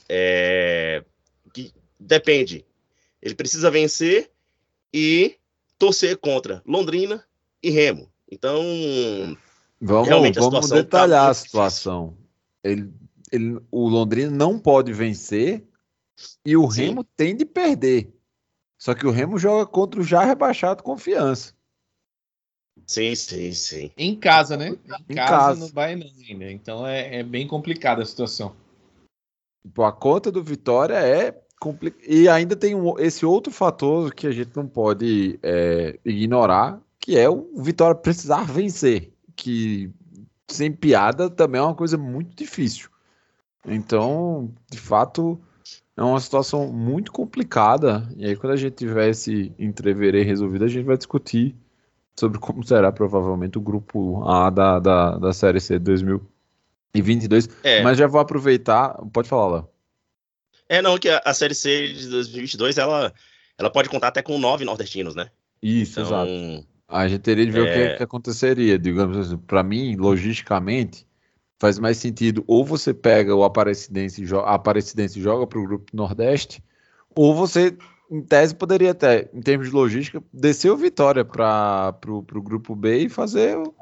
é, que depende, ele precisa vencer e torcer contra Londrina e Remo. Então, vamos, realmente a vamos situação detalhar tá a situação. Ele, ele, o Londrina não pode vencer e o Sim. Remo tem de perder. Só que o Remo joga contra o já rebaixado Confiança. Sim, sim, sim. Em casa, né? Em, Em casa, casa. não vai não ainda. Então é, é bem complicada a situação. Tipo, a conta do Vitória é compli... E ainda tem um, esse outro fator que a gente não pode é, ignorar, que é o Vitória precisar vencer, que sem piada também é uma coisa muito difícil. Então, de fato, é uma situação muito complicada. E aí, quando a gente tiver esse entreverê resolvido, a gente vai discutir sobre como será provavelmente o grupo A da, da, da Série C de dois mil e vinte e dois. É. Mas já vou aproveitar. Pode falar, Léo. É, não, que a, a Série C de dois mil e vinte e dois, ela, ela pode contar até com nove nordestinos, né? Isso, Então, exato. A gente teria de ver é... o que, que aconteceria. Digamos assim, para mim, logisticamente, faz mais sentido ou você pega o Aparecidense e joga, a Aparecidense joga para o grupo Nordeste, ou você, em tese, poderia até, em termos de logística, descer o Vitória para o grupo B e fazer o,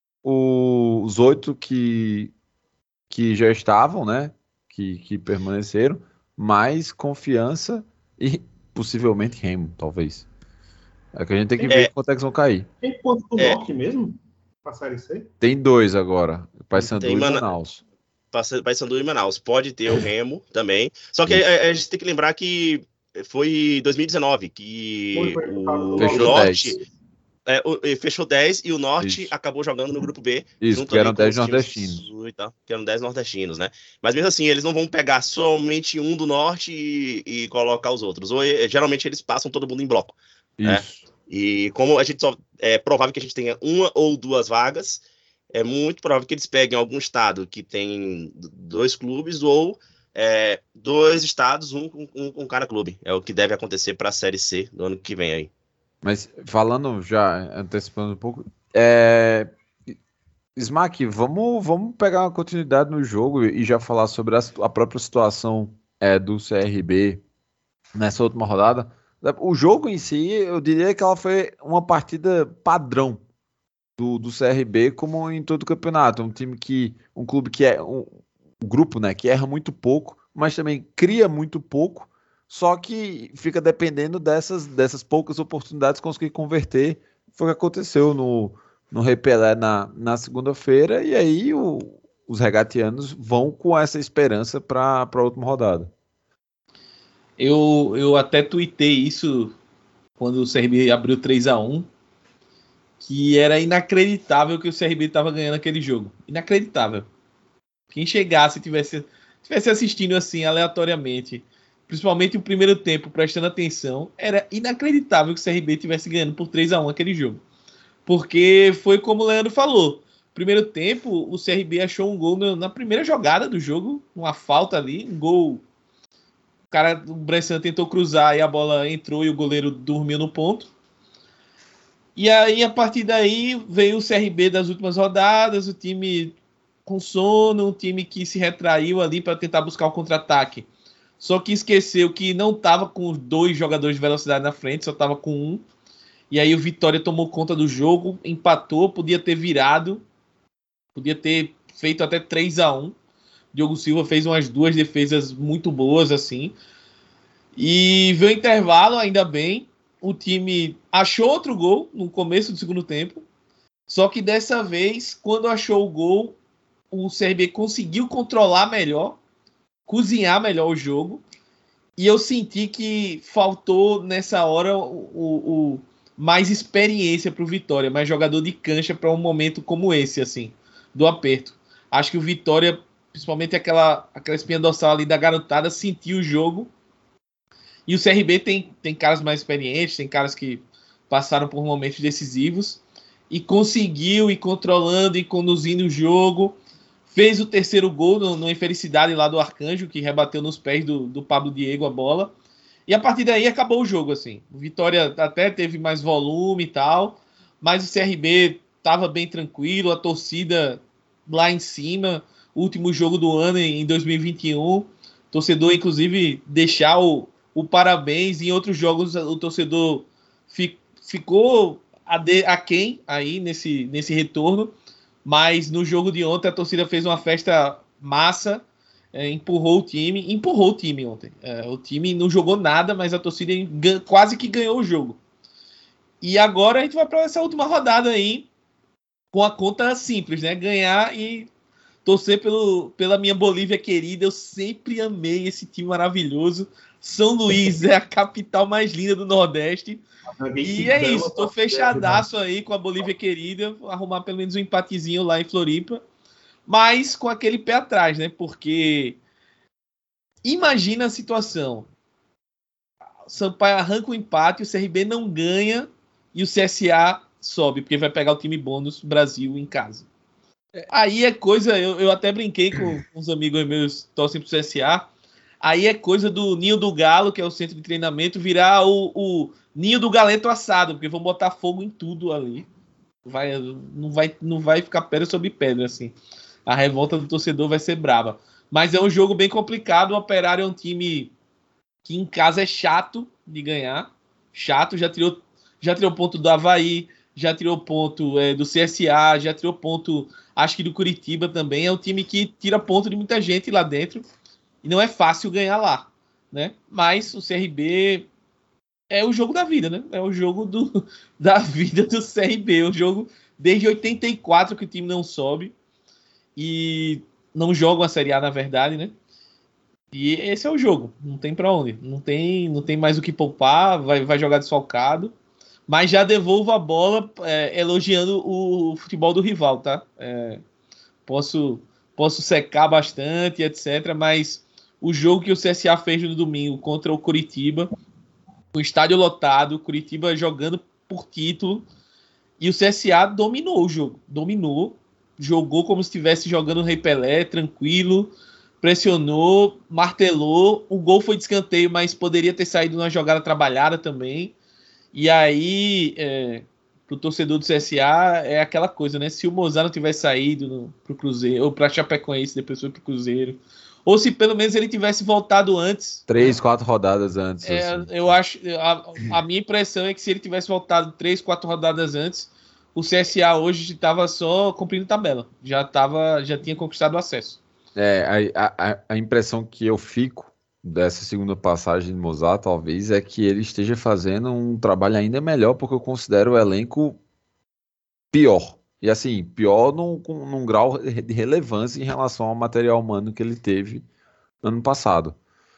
o, os oito que, que já estavam, né? Que, que permaneceram, mais Confiança e possivelmente Remo, talvez. É que a gente tem que ver É. quanto é que vão cair. Tem ponto do É. Norte mesmo? Pra Série C? Tem dois agora, Paysandu Tem e Mana- Manaus. Paysandu e Manaus. Pode ter o Remo também. Só que a, a gente tem que lembrar que foi dois mil e dezenove que Foi, foi, o, Fechou Norte dez. é, o- e fechou dez e o Norte Isso. acabou jogando no grupo B. Isso, junto que eram ali com dez os times nordestinos. sul e tal, que eram dez nordestinos, né? Mas mesmo assim, eles não vão pegar somente um do Norte e, e colocar os outros. Ou eh, geralmente eles passam todo mundo em bloco. É. Isso. E como a gente só é provável que a gente tenha uma ou duas vagas, é muito provável que eles peguem algum estado que tem dois clubes ou é, dois estados, um com um, um cada clube. É o que deve acontecer para a Série C do ano que vem aí. Mas falando já, antecipando um pouco, é... Smack, vamos, vamos pegar uma continuidade no jogo e já falar sobre a, a própria situação é, do C R B nessa última rodada. O jogo em si, eu diria que ela foi uma partida padrão do, do C R B, como em todo o campeonato. Um time que, um clube que é um, um grupo, né, que erra muito pouco, mas também cria muito pouco, só que fica dependendo dessas, dessas poucas oportunidades conseguir converter. Foi o que aconteceu no, no Repelé na, na segunda-feira, e aí o, os regatianos vão com essa esperança para a última rodada. Eu, eu até tuitei isso quando o C R B abriu três a um, que era inacreditável que o C R B estava ganhando aquele jogo. Inacreditável. Quem chegasse e tivesse, tivesse assistindo assim aleatoriamente, principalmente o primeiro tempo, prestando atenção, era inacreditável que o C R B estivesse ganhando por três a um aquele jogo. Porque foi como o Leandro falou. Primeiro tempo, o C R B achou um gol na, na primeira jogada do jogo, uma falta ali, um gol. O cara, o Bressan tentou cruzar e a bola entrou e o goleiro dormiu no ponto. E aí, a partir daí, veio o C R B das últimas rodadas, o time com sono, um time que se retraiu ali para tentar buscar o contra-ataque. Só que esqueceu que não estava com dois jogadores de velocidade na frente, só estava com um. E aí o Vitória tomou conta do jogo, empatou, podia ter virado, podia ter feito até três a um. Diogo Silva fez umas duas defesas muito boas, assim. E veio o intervalo, ainda bem. O time achou outro gol no começo do segundo tempo. Só que dessa vez, quando achou o gol, o C R B conseguiu controlar melhor, cozinhar melhor o jogo. E eu senti que faltou nessa hora o, o, o mais experiência para o Vitória, mais jogador de cancha para um momento como esse, assim, do aperto. Acho que o Vitória, principalmente aquela, aquela espinha dorsal ali da garotada, sentiu o jogo. E o C R B tem, tem caras mais experientes, tem caras que passaram por momentos decisivos e conseguiu ir controlando e conduzindo o jogo. Fez o terceiro gol no, no infelicidade lá do Arcanjo, que rebateu nos pés do, do Pablo Diego a bola. E a partir daí acabou o jogo, assim. O Vitória até teve mais volume e tal, mas o C R B estava bem tranquilo, a torcida lá em cima. Último jogo do ano em dois mil e vinte e um. Torcedor, inclusive, deixar o, o parabéns. Em outros jogos, o torcedor fi, ficou aquém aí nesse, nesse retorno. Mas no jogo de ontem, a torcida fez uma festa massa, é, empurrou o time. Empurrou o time ontem. É, o time não jogou nada, mas a torcida quase que ganhou o jogo. E agora a gente vai para essa última rodada aí com a conta simples, né? Ganhar e torcer pelo, pela minha Bolívia querida. Eu sempre amei esse time maravilhoso. São Luís é a capital mais linda do Nordeste. E é isso, tô fechadaço aí com a Bolívia querida. Arrumar pelo menos um empatezinho lá em Floripa. Mas com aquele pé atrás, né? Porque imagina a situação. O Sampaio arranca o empate, o C R B não ganha e o C S A sobe, porque vai pegar o time bônus Brasil em casa. Aí é coisa, eu, eu até brinquei com uns amigos meus que torcem pro C S A. Aí é coisa do Ninho do Galo, que é o centro de treinamento, virar o, o Ninho do Galeto assado, porque vão botar fogo em tudo ali. Vai, não, vai, não vai ficar pedra sobre pedra, assim. A revolta do torcedor vai ser brava. Mas é um jogo bem complicado. O Operário é um time que em casa é chato de ganhar. Chato, já tirou, já tirou ponto do Avaí, já tirou ponto é, do C S A, já tirou ponto, acho que do Curitiba também. É um time que tira ponto de muita gente lá dentro. E não é fácil ganhar lá, né? Mas o C R B é o jogo da vida, né? É o jogo do, da vida do C R B. O jogo desde oitenta e quatro que o time não sobe. E não jogam a Série A, na verdade, né? E esse é o jogo. Não tem pra onde. Não tem, não tem mais o que poupar. Vai, vai jogar desfalcado. Mas já devolvo a bola é, elogiando o futebol do rival, tá? É, posso, posso secar bastante, etcétera. Mas o jogo que o C S A fez no domingo contra o Curitiba, o estádio lotado, o Curitiba jogando por título, e o C S A dominou o jogo. Dominou. Jogou como se estivesse jogando o Rei Pelé, tranquilo, pressionou, martelou. O gol foi de escanteio, mas poderia ter saído numa jogada trabalhada também. E aí, é, pro torcedor do C S A, é aquela coisa, né? Se o Mozart não tivesse saído no, pro Cruzeiro, ou pra Chapecoense, depois foi pro Cruzeiro, ou se pelo menos ele tivesse voltado antes. Três, quatro rodadas antes. É, assim. Eu acho. A, a minha impressão é que se ele tivesse voltado três, quatro rodadas antes, o C S A hoje estava só cumprindo tabela. Já, tava, já tinha conquistado o acesso. É, a, a, a impressão que eu fico dessa segunda passagem de Mozart, talvez, é que ele esteja fazendo um trabalho ainda melhor, porque eu considero o elenco pior. E assim, pior num, num grau de relevância em relação ao material humano que ele teve no ano passado.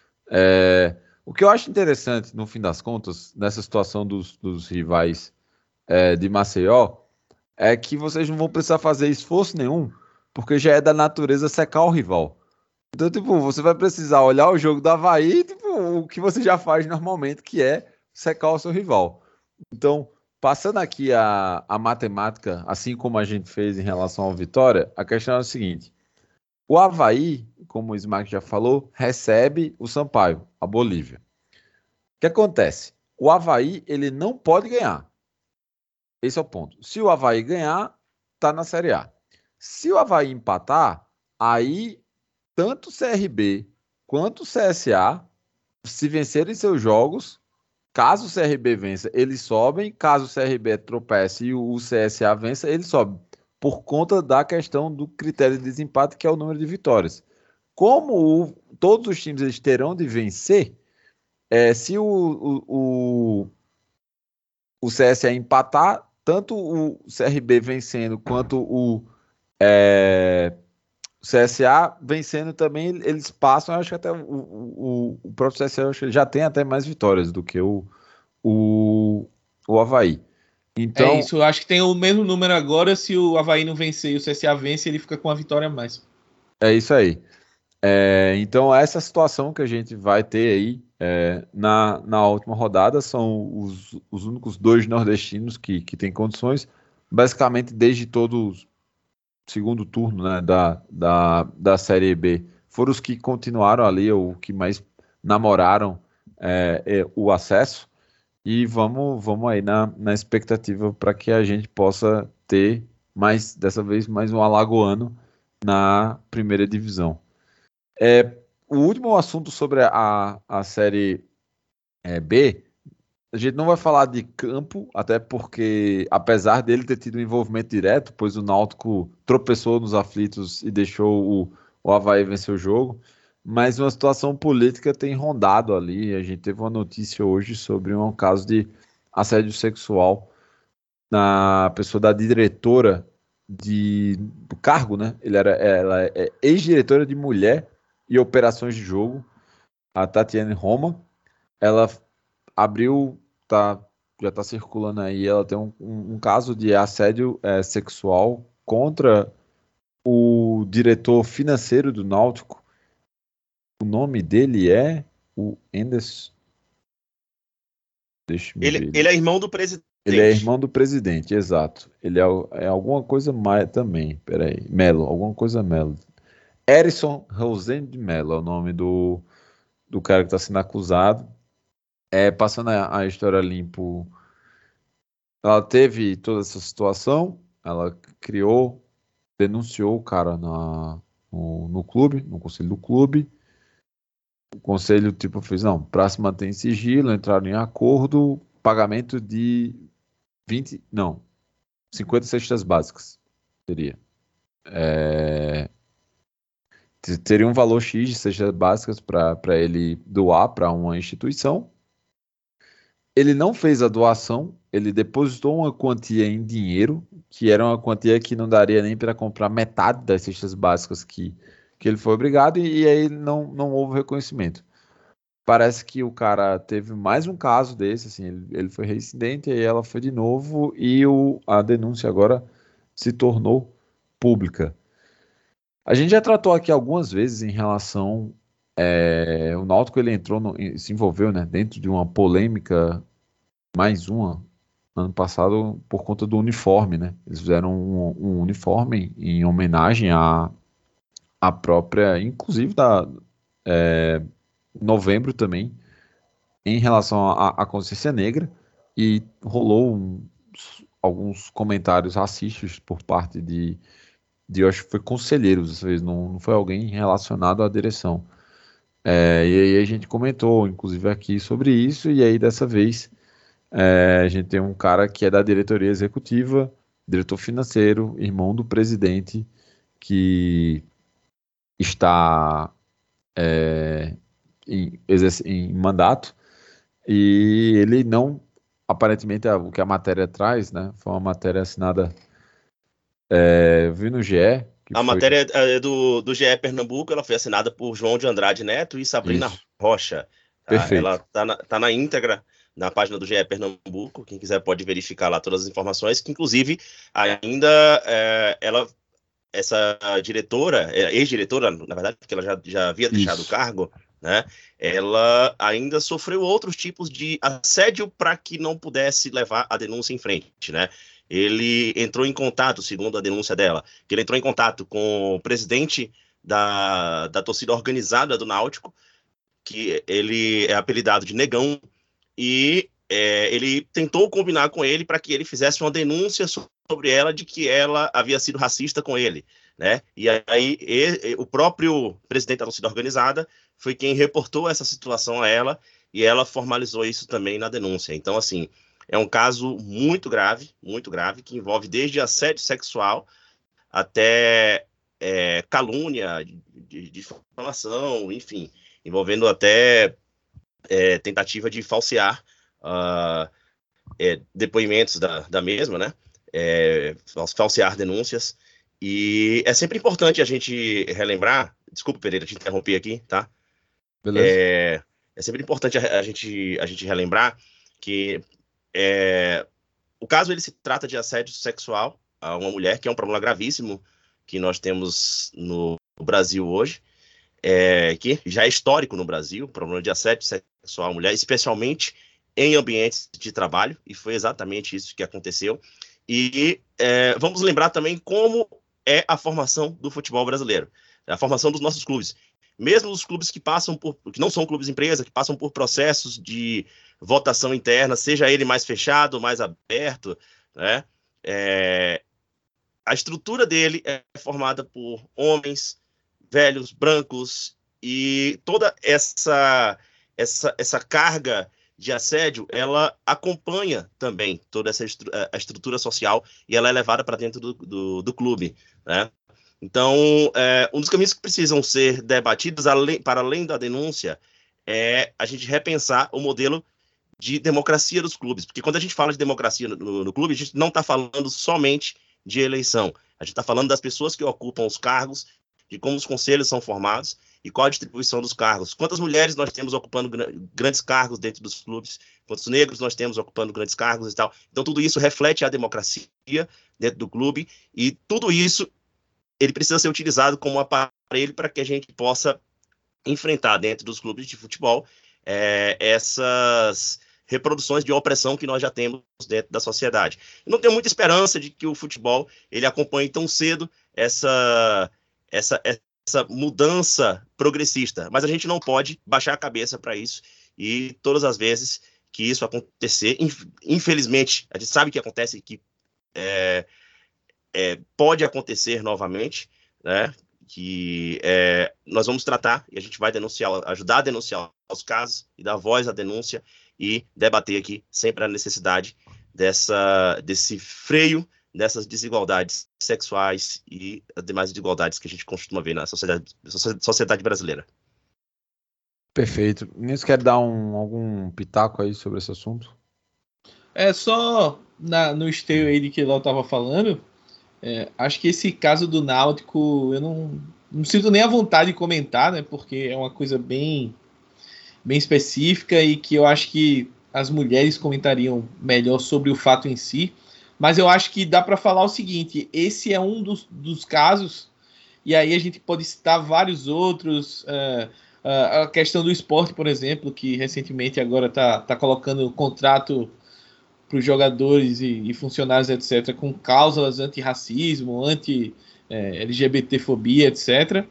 É, o que eu acho interessante, no fim das contas, nessa situação dos, dos rivais é, de Maceió, é que vocês não vão precisar fazer esforço nenhum, porque já é da natureza secar o rival. Então, tipo, você vai precisar olhar o jogo do Avaí e, tipo, o que você já faz normalmente, que é secar o seu rival. Então, passando aqui a, a matemática, assim como a gente fez em relação ao Vitória, a questão é a seguinte. O Avaí, como o Smack já falou, recebe o Sampaio, a Bolívia. O que acontece? O Avaí, ele não pode ganhar. Esse é o ponto. Se o Avaí ganhar, tá na Série A. Se o Avaí empatar, aí tanto o C R B quanto o C S A, se vencerem seus jogos, caso o C R B vença, eles sobem. Caso o C R B tropece e o C S A vença, eles sobem. Por conta da questão do critério de desempate, que é o número de vitórias. Como o, todos os times eles terão de vencer, é, se o, o, o, o C S A empatar, tanto o C R B vencendo quanto o, é, o C S A vencendo também, eles passam. Eu acho que até o, o, o próprio C S A, eu acho que ele já tem até mais vitórias do que o, o, o Avaí. Então, é isso, eu acho que tem o mesmo número agora. Se o Avaí não vencer e o C S A vence, ele fica com a vitória a mais. É isso aí. É, então, essa situação que a gente vai ter aí é, na, na última rodada são os, os únicos dois nordestinos que, que têm condições, basicamente desde todo o segundo turno, né, da, da, da Série B, foram os que continuaram ali, ou que mais namoraram é, é, o acesso. E vamos, vamos aí na, na expectativa para que a gente possa ter mais, dessa vez, mais um alagoano na primeira divisão. É, o último assunto sobre a, a Série é, B, a gente não vai falar de campo, até porque, apesar dele ter tido um envolvimento direto, pois o Náutico tropeçou nos aflitos e deixou o, o Avaí vencer o jogo, mas uma situação política tem rondado ali. A gente teve uma notícia hoje sobre um caso de assédio sexual na pessoa da diretora de, do cargo, né? Ele era, ela é ex-diretora de mulher e operações de jogo, a Tatiane Roma. Ela abriu, tá, já está circulando aí, ela tem um, um, um caso de assédio é, sexual contra o diretor financeiro do Náutico. O nome dele é o Endes. Deixa eu Ele, ver. ele é irmão do presidente. Ele é irmão do presidente, exato. Ele é, é alguma coisa mais também. Peraí. Melo, alguma coisa Melo. Erison Rosende Melo é o nome do, do cara que está sendo acusado. É, passando a, a história limpo, ela teve toda essa situação, ela criou, denunciou o cara na, no, no clube, no conselho do clube. O conselho tipo fez, não, para se manter em sigilo, entraram em acordo, pagamento de vinte, não, cinquenta cestas básicas, teria. É, teria um valor X de cestas básicas para ele doar para uma instituição. Ele não fez a doação, ele depositou uma quantia em dinheiro, que era uma quantia que não daria nem para comprar metade das cestas básicas que, que ele foi obrigado, e, e aí não, não houve reconhecimento. Parece que o cara teve mais um caso desse, assim, ele, ele foi reincidente, aí ela foi de novo, e o, a denúncia agora se tornou pública. A gente já tratou aqui algumas vezes em relação... É, o Náutico ele entrou, no, se envolveu, né, dentro de uma polêmica, mais uma, ano passado, por conta do uniforme, né? Eles fizeram um, um uniforme em homenagem à, à própria, inclusive da é, novembro também, em relação à, à consciência negra, e rolou um, alguns comentários racistas por parte de, de, eu acho que foi conselheiros, às vezes, não, não foi alguém relacionado à direção. É, e aí a gente comentou, inclusive aqui, sobre isso, e aí dessa vez é, a gente tem um cara que é da diretoria executiva, diretor financeiro, irmão do presidente, que está é, em, em mandato, e ele não, aparentemente, o que a matéria traz, né, foi uma matéria assinada, é, eu vi no G E, A foi... matéria é do, do G E Pernambuco, ela foi assinada por João de Andrade Neto e Sabrina Isso. Rocha. Tá? Perfeito. Ela está na, tá na íntegra na página do G E Pernambuco. Quem quiser pode verificar lá todas as informações, que inclusive ainda é, ela, essa diretora, ex-diretora, na verdade, porque ela já, já havia deixado Isso. o cargo, né? Ela ainda sofreu outros tipos de assédio para que não pudesse levar a denúncia em frente, né? Ele entrou em contato, segundo a denúncia dela, que ele entrou em contato com o presidente da, da torcida organizada do Náutico, que ele é apelidado de Negão, e é, ele tentou combinar com ele para que ele fizesse uma denúncia sobre ela, de que ela havia sido racista com ele, né? E aí ele, o próprio presidente da torcida organizada foi quem reportou essa situação a ela, e ela formalizou isso também na denúncia. Então, assim, é um caso muito grave, muito grave, que envolve desde assédio sexual até é, calúnia, de, de difamação, enfim, envolvendo até é, tentativa de falsear uh, é, depoimentos da, da mesma, né? É, falsear denúncias. E é sempre importante a gente relembrar, desculpa, Pereira, te interromper aqui, tá? Beleza. É, é sempre importante a, a, gente, a gente relembrar que É, o caso ele se trata de assédio sexual a uma mulher, que é um problema gravíssimo que nós temos no Brasil hoje, é, que já é histórico no Brasil, o problema de assédio sexual à mulher, especialmente em ambientes de trabalho, e foi exatamente isso que aconteceu. E é, vamos lembrar também como é a formação do futebol brasileiro, a formação dos nossos clubes. Mesmo os clubes que passam por, que não são clubes empresa, que passam por processos de votação interna, seja ele mais fechado, mais aberto, né? É, a estrutura dele é formada por homens velhos, brancos, e toda essa, essa, essa carga de assédio, ela acompanha também toda essa estru- a estrutura social, e ela é levada para dentro do, do, do clube, né? Então, é, um dos caminhos que precisam ser debatidos, além, para além da denúncia, é a gente repensar o modelo de democracia dos clubes. Porque quando a gente fala de democracia no, no clube, a gente não está falando somente de eleição. A gente está falando das pessoas que ocupam os cargos, de como os conselhos são formados e qual a distribuição dos cargos. Quantas mulheres nós temos ocupando grandes cargos dentro dos clubes, quantos negros nós temos ocupando grandes cargos e tal. Então, tudo isso reflete a democracia dentro do clube e tudo isso ele precisa ser utilizado como aparelho para que a gente possa enfrentar dentro dos clubes de futebol é, essas reproduções de opressão que nós já temos dentro da sociedade. Eu não tenho muita esperança de que o futebol ele acompanhe tão cedo essa, essa, essa mudança progressista, mas a gente não pode baixar a cabeça para isso e todas as vezes que isso acontecer, infelizmente, a gente sabe que acontece que é, é, pode acontecer novamente, né? Que é, nós vamos tratar e a gente vai denunciar, ajudar a denunciar os casos e dar voz à denúncia e debater aqui sempre a necessidade dessa, desse freio, dessas desigualdades sexuais e as demais desigualdades que a gente costuma ver na sociedade, sociedade brasileira. Perfeito. Nils, quer dar um, algum pitaco aí sobre esse assunto? É só na, no esteio aí de que Léo estava falando, é, acho que esse caso do Náutico eu não, não sinto nem a vontade de comentar, né? Porque é uma coisa bem, bem específica e que eu acho que as mulheres comentariam melhor sobre o fato em si. Mas eu acho que dá para falar o seguinte: esse é um dos, dos casos, e aí a gente pode citar vários outros. É, a questão do esporte, por exemplo, que recentemente agora está tá colocando contrato para os jogadores e, e funcionários, etcétera, com cláusulas anti-racismo, anti-L G B T-fobia, etcétera.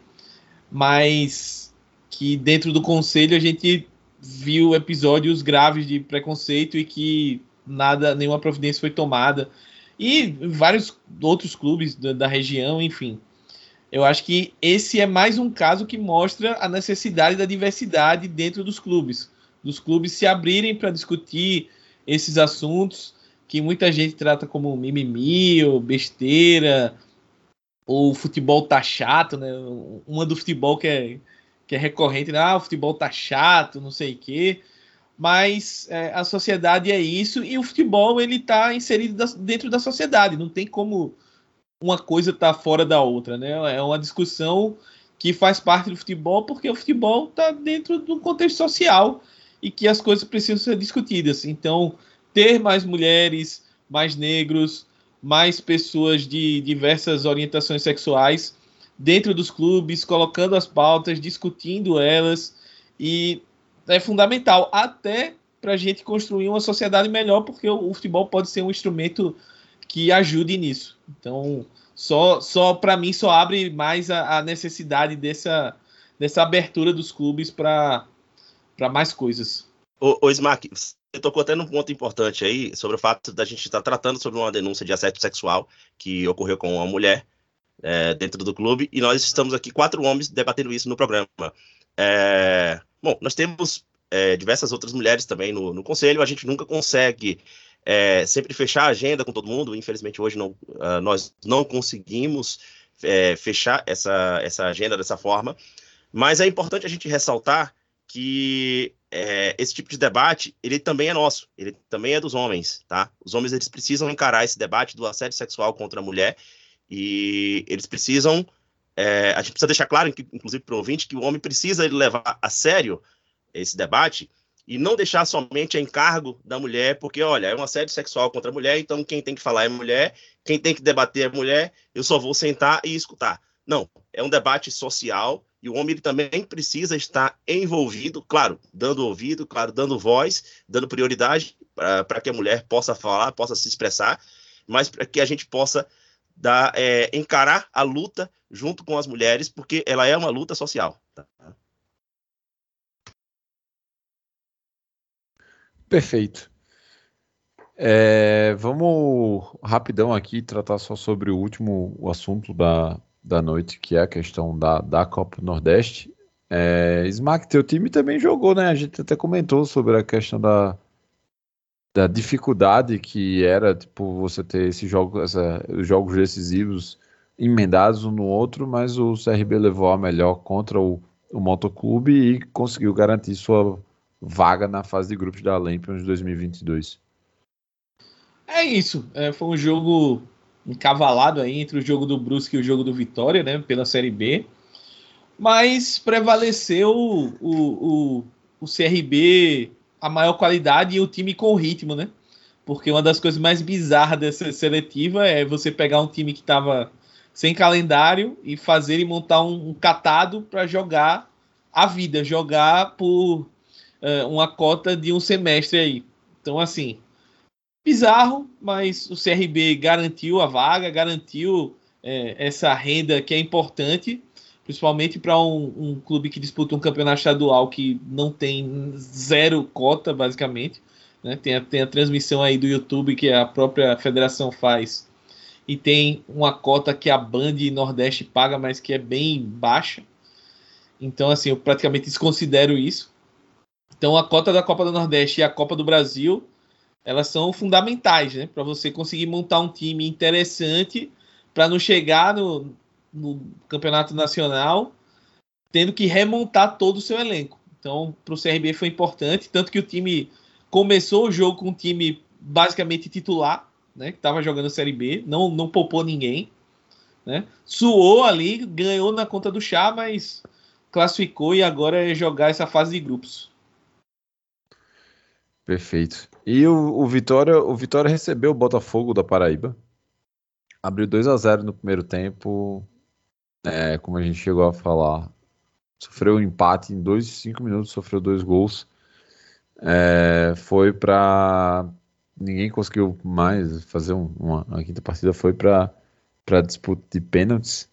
Mas que dentro do conselho a gente viu episódios graves de preconceito e que nada, nenhuma providência foi tomada. E vários outros clubes da, da região, enfim. Eu acho que esse é mais um caso que mostra a necessidade da diversidade dentro dos clubes. Dos clubes se abrirem para discutir esses assuntos que muita gente trata como mimimi ou besteira, ou o futebol tá chato, né? Uma do futebol que é, que é recorrente, né? Ah, o futebol tá chato, não sei o quê. Mas é, a sociedade é isso e o futebol ele tá inserido da, dentro da sociedade. Não tem como uma coisa tá fora da outra, né? É uma discussão que faz parte do futebol porque o futebol tá dentro do contexto social e que as coisas precisam ser discutidas. Então, ter mais mulheres, mais negros, mais pessoas de diversas orientações sexuais dentro dos clubes, colocando as pautas, discutindo elas, e é fundamental até para a gente construir uma sociedade melhor, porque o, o futebol pode ser um instrumento que ajude nisso. Então, só, só para mim, só abre mais a, a necessidade dessa, dessa abertura dos clubes para para mais coisas. Ô, ô Smack, você tocou até num ponto importante aí, sobre o fato da gente estar tratando sobre uma denúncia de assédio sexual que ocorreu com uma mulher é, dentro do clube, e nós estamos aqui, quatro homens, debatendo isso no programa. É, bom, nós temos é, diversas outras mulheres também no, no conselho, a gente nunca consegue é, sempre fechar a agenda com todo mundo, infelizmente hoje não, uh, nós não conseguimos é, fechar essa, essa agenda dessa forma, mas é importante a gente ressaltar que é, esse tipo de debate, ele também é nosso, ele também é dos homens, tá? Os homens, eles precisam encarar esse debate do assédio sexual contra a mulher e eles precisam, é, a gente precisa deixar claro, inclusive para o ouvinte, que o homem precisa levar a sério esse debate e não deixar somente a encargo da mulher, porque, olha, é um assédio sexual contra a mulher, então quem tem que falar é mulher, quem tem que debater é mulher, eu só vou sentar e escutar. Não, é um debate social, e o homem ele também precisa estar envolvido, claro, dando ouvido, claro, dando voz, dando prioridade para que a mulher possa falar, possa se expressar, mas para que a gente possa dar, é, encarar a luta junto com as mulheres, porque ela é uma luta social. Tá? Perfeito. É, vamos rapidão aqui tratar só sobre o último o assunto da da noite, que é a questão da, da Copa Nordeste. É, Smack, teu time também jogou, né? A gente até comentou sobre a questão da, da dificuldade que era, tipo, você ter esses jogos, essa, os jogos decisivos emendados um no outro, mas o C R B levou a melhor contra o, o Motoclube e conseguiu garantir sua vaga na fase de grupos da Lampions dois mil e vinte e dois. É isso. É, foi um jogo encavalado aí entre o jogo do Brusque e o jogo do Vitória, né, pela Série B, mas prevaleceu o, o, o C R B, a maior qualidade e o time com ritmo, né? Porque uma das coisas mais bizarras dessa seletiva é você pegar um time que estava sem calendário e fazer e montar um, um catado para jogar a vida, jogar por uh, uma cota de um semestre aí. Então, assim, bizarro, mas o C R B garantiu a vaga, garantiu é, essa renda que é importante, principalmente para um, um clube que disputa um campeonato estadual que não tem zero cota, basicamente. Né? Tem, a, tem a transmissão aí do YouTube que a própria federação faz, e tem uma cota que a Band Nordeste paga, mas que é bem baixa. Então, assim, eu praticamente desconsidero isso. Então, a cota da Copa do Nordeste e a Copa do Brasil, elas são fundamentais, né? Para você conseguir montar um time interessante para não chegar no, no Campeonato Nacional tendo que remontar todo o seu elenco. Então, para o C R B foi importante, tanto que o time começou o jogo com um time basicamente titular, né? Que estava jogando Série B, não, não poupou ninguém, né? Suou ali, ganhou na conta do chá, mas classificou e agora é jogar essa fase de grupos. Perfeito. E o, o Vitória, o Vitória recebeu o Botafogo da Paraíba. Abriu dois a zero no primeiro tempo. É, como a gente chegou a falar, sofreu um empate em dois, cinco minutos, sofreu dois gols. É, foi para ninguém conseguiu mais fazer um, uma a quinta partida, foi para para disputa de pênaltis.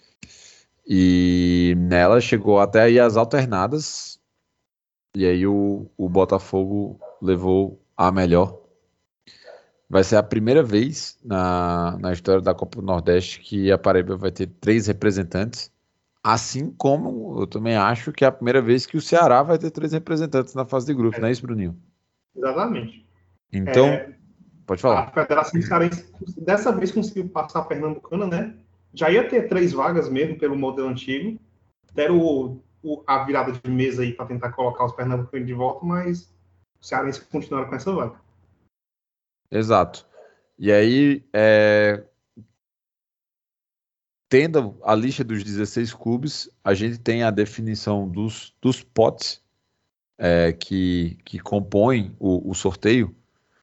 E nela chegou até aí as alternadas. E aí o, o Botafogo levou a melhor. Vai ser a primeira vez na, na história da Copa do Nordeste que a Paraíba vai ter três representantes. Assim como eu também acho que é a primeira vez que o Ceará vai ter três representantes na fase de grupos, é. Não é isso, Bruninho? Exatamente. Então, é, pode falar. A Federação Cearense dessa vez conseguiu passar a Pernambucana, né? Já ia ter três vagas mesmo pelo modelo antigo. Deram o, o, a virada de mesa aí para tentar colocar os pernambucanos de volta, mas os cearenses continuaram com essa vaga. Exato. E aí, é... tendo a lista dos dezesseis clubes, a gente tem a definição dos, dos potes é, que, que compõem o, o sorteio,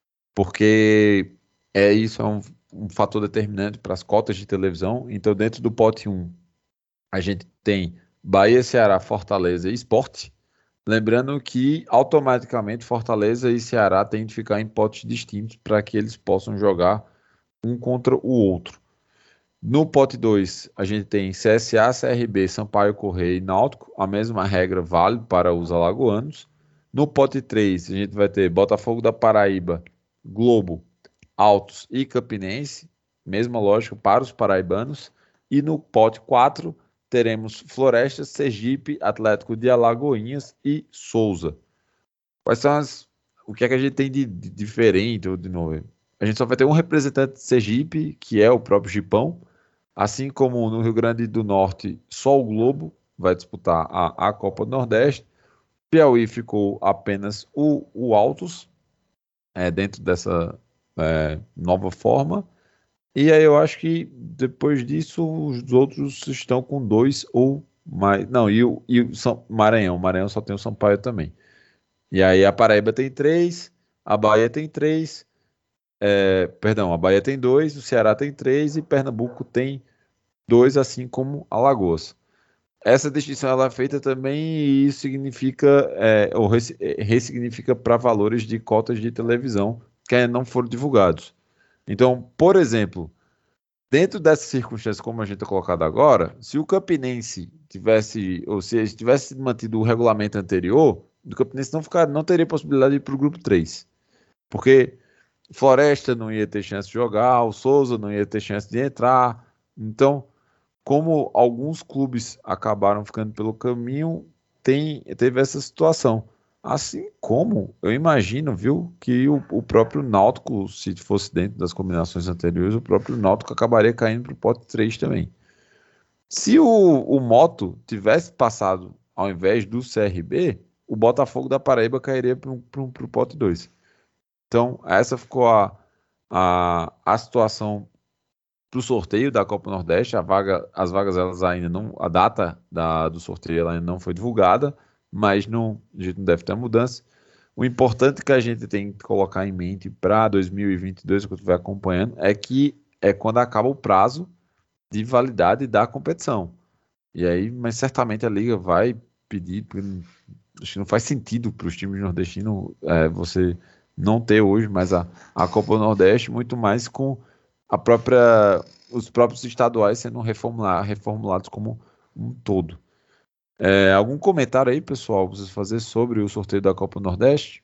porque é isso é um, um fator determinante para as cotas de televisão. Então, dentro do pote um, a gente tem Bahia, Ceará, Fortaleza e Sport. Lembrando que automaticamente Fortaleza e Ceará têm de ficar em potes distintos para que eles possam jogar um contra o outro. No pote dois, a gente tem C S A, C R B, Sampaio Corrêa e Náutico. A mesma regra vale para os alagoanos. No pote três, a gente vai ter Botafogo da Paraíba, Globo, Altos e Campinense. Mesma lógica para os paraibanos. E no pote quatro, teremos Floresta, Sergipe, Atlético de Alagoinhas e Souza. Quais são as... O que é que a gente tem de, de diferente? Ou de novo? A gente só vai ter um representante de Sergipe, que é o próprio Gipão. Assim como no Rio Grande do Norte, só o Globo vai disputar a, a Copa do Nordeste. Piauí ficou apenas o, o Altos, é, dentro dessa é, nova forma. E aí eu acho que depois disso os outros estão com dois ou mais. Não, e o, e o São, Maranhão. Maranhão só tem o Sampaio também. E aí a Paraíba tem três, a Bahia tem três. É, perdão, a Bahia tem dois, o Ceará tem três e Pernambuco tem dois, assim como Alagoas. Essa distinção ela é feita também e isso significa, é, ou ressignifica para valores de cotas de televisão que não foram divulgados. Então, por exemplo, dentro dessas circunstâncias como a gente está colocado agora, se o Campinense tivesse, ou se tivesse mantido o regulamento anterior, o Campinense não, ficar, não teria possibilidade de ir para o grupo três. Porque Floresta não ia ter chance de jogar, o Souza não ia ter chance de entrar. Então, como alguns clubes acabaram ficando pelo caminho, tem, teve essa situação. Assim como eu imagino, viu, que o, o próprio Náutico, se fosse dentro das combinações anteriores, o próprio Náutico acabaria caindo para o pote três também. Se o, o Moto tivesse passado ao invés do C R B, o Botafogo da Paraíba cairia para o pote dois. Então, essa ficou a, a, a situação para o sorteio da Copa Nordeste. A vaga, as vagas, elas ainda não, a data da, do sorteio ela ainda não foi divulgada, mas não, a gente não deve ter mudança. O importante que a gente tem que colocar em mente para dois mil e vinte e dois, que eu estiver acompanhando, é que é quando acaba o prazo de validade da competição. E aí, mas certamente a Liga vai pedir, porque acho que não faz sentido para os times nordestinos é, você não ter hoje mais a, a Copa Nordeste, muito mais com a própria, os próprios estaduais sendo reformular, reformulados como um todo. É, algum comentário aí, pessoal, pra vocês fazer sobre o sorteio da Copa Nordeste?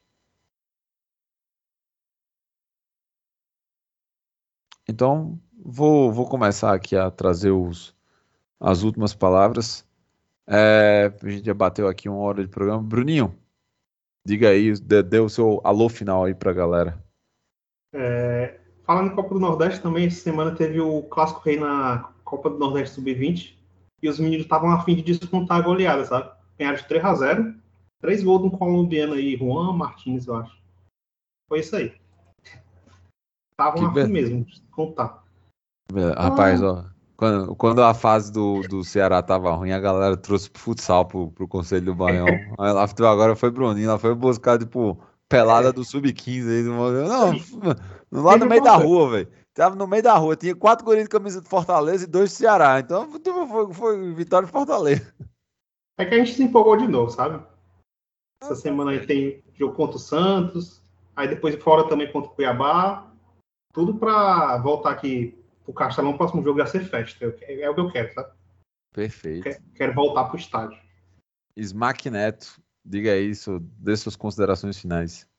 Então, vou, vou começar aqui a trazer os, as últimas palavras. É, a gente já bateu aqui uma hora de programa. Bruninho, diga aí, dê, dê o seu alô final aí pra galera. É, falando em Copa do Nordeste também, essa semana teve o Clássico Rei na Copa do Nordeste sub vinte e os meninos estavam a fim de descontar a goleada, sabe? Ganharam de três a zero, três gols de um colombiano aí, Juan Martins, eu acho. Foi isso aí. Estavam a fim mesmo de descontar. Rapaz, ó, quando, quando a fase do, do Ceará tava ruim, a galera trouxe pro futsal, pro, pro Conselho do Baião. Aí lá agora foi Bruninho, lá foi buscar, tipo, pelada é. do sub quinze aí. Não, lá no meio da rua, velho. Tava no meio da rua, tinha quatro goleiros de camisa de Fortaleza e dois de Ceará. Então foi, foi vitória de Fortaleza. É que a gente se empolgou de novo, sabe? Essa semana aí tem jogo contra o Santos, aí depois fora também contra o Cuiabá. Tudo pra voltar aqui pro Castelão, o próximo jogo ia ser festa. É, é o que eu quero, sabe? Perfeito. Quero, quero voltar pro estádio. Smack Neto, diga isso, dê suas considerações finais.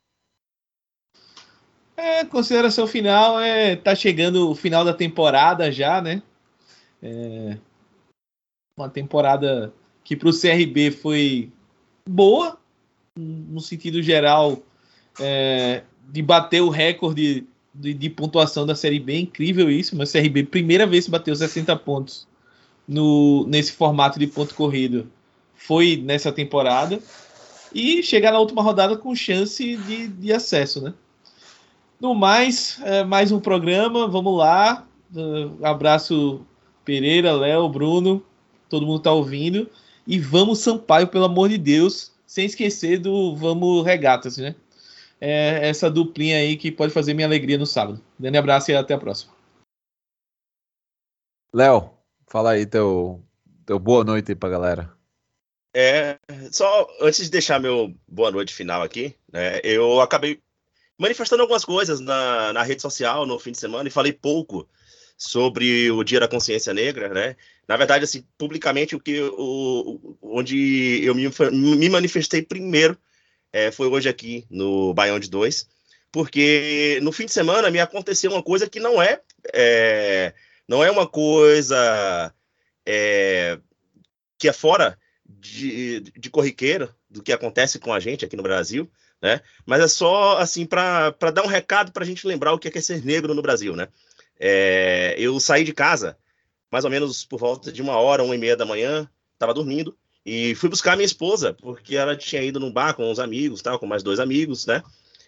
É, consideração final é tá chegando o final da temporada já, né? É uma temporada que para o C R B foi boa, no sentido geral, é, de bater o recorde de, de pontuação da Série B. Incrível isso, mas o C R B, primeira vez que bateu sessenta pontos no, nesse formato de ponto corrido, foi nessa temporada. E chegar na última rodada com chance de, de acesso, né? No mais, é, mais um programa, vamos lá. Uh, abraço Pereira, Léo, Bruno, todo mundo tá ouvindo. E vamos Sampaio, pelo amor de Deus, sem esquecer do vamos Regatas, né? É essa duplinha aí que pode fazer minha alegria no sábado. Grande abraço e até a próxima. Léo, fala aí teu, teu boa noite aí pra galera. É, só antes de deixar meu boa noite final aqui, né, eu acabei manifestando algumas coisas na, na rede social no fim de semana e falei pouco sobre o Dia da Consciência Negra, né? Na verdade, assim, publicamente, o que, o, onde eu me, me manifestei primeiro é, foi hoje aqui no Baião de Dois, porque no fim de semana me aconteceu uma coisa que não é, é não é uma coisa é, que é fora de, de corriqueiro do que acontece com a gente aqui no Brasil, né? Mas é só assim para dar um recado para a gente lembrar o que é ser negro no Brasil, né? É, eu saí de casa mais ou menos por volta de uma hora, uma e meia da manhã, estava dormindo e fui buscar minha esposa porque ela tinha ido num bar com uns amigos, tal, com mais dois amigos, né?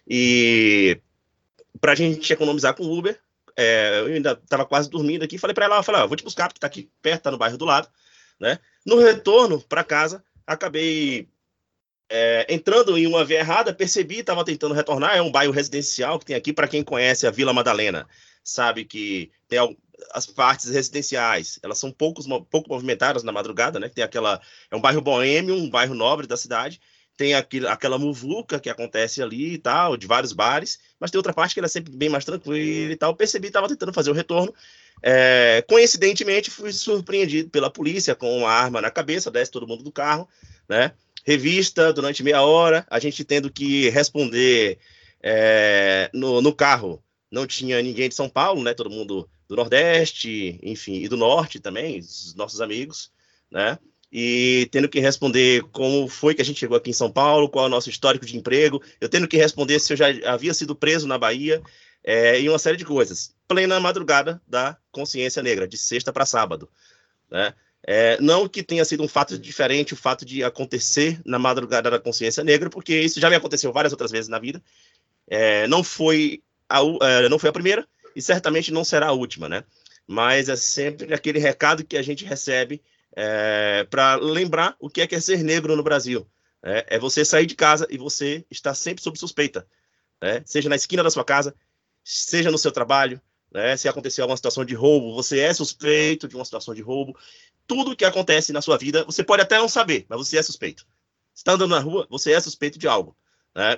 E para a gente economizar com o Uber, é, eu ainda estava quase dormindo aqui, falei para ela, falei, ah, vou te buscar porque está aqui perto, tá no bairro do lado, né? No retorno para casa, acabei É, entrando em uma via errada, percebi, estava tentando retornar, é um bairro residencial que tem aqui, para quem conhece a Vila Madalena, sabe que tem as partes residenciais, elas são poucos, pouco movimentadas na madrugada, né? Tem aquela, é um bairro boêmio, um bairro nobre da cidade, tem aqui, aquela muvuca que acontece ali e tal, de vários bares, mas tem outra parte que ela é sempre bem mais tranquila e tal. Percebi, estava tentando fazer o retorno, é, coincidentemente fui surpreendido pela polícia com uma arma na cabeça, desce todo mundo do carro, né? Revista durante meia hora, a gente tendo que responder é, no, no carro. Não tinha ninguém de São Paulo, né? Todo mundo do Nordeste, enfim, e do Norte também, os nossos amigos, né? E tendo que responder como foi que a gente chegou aqui em São Paulo, qual é o nosso histórico de emprego, eu tendo que responder se eu já havia sido preso na Bahia, é, e uma série de coisas. Plena madrugada da consciência negra, de sexta para sábado, né? É, não que tenha sido um fato diferente o fato de acontecer na madrugada da consciência negra, porque isso já me aconteceu várias outras vezes na vida. É, não foi a, é, não foi a primeira e certamente não será a última, né? mas é sempre aquele recado que a gente recebe é, para lembrar o que é, que é ser negro no Brasil. É, é você sair de casa e você estar sempre sob suspeita, né? Seja na esquina da sua casa, seja no seu trabalho, né? Se acontecer alguma situação de roubo, você é suspeito de uma situação de roubo. Tudo que acontece na sua vida, você pode até não saber, mas você é suspeito. Você está andando na rua, você é suspeito de algo, né?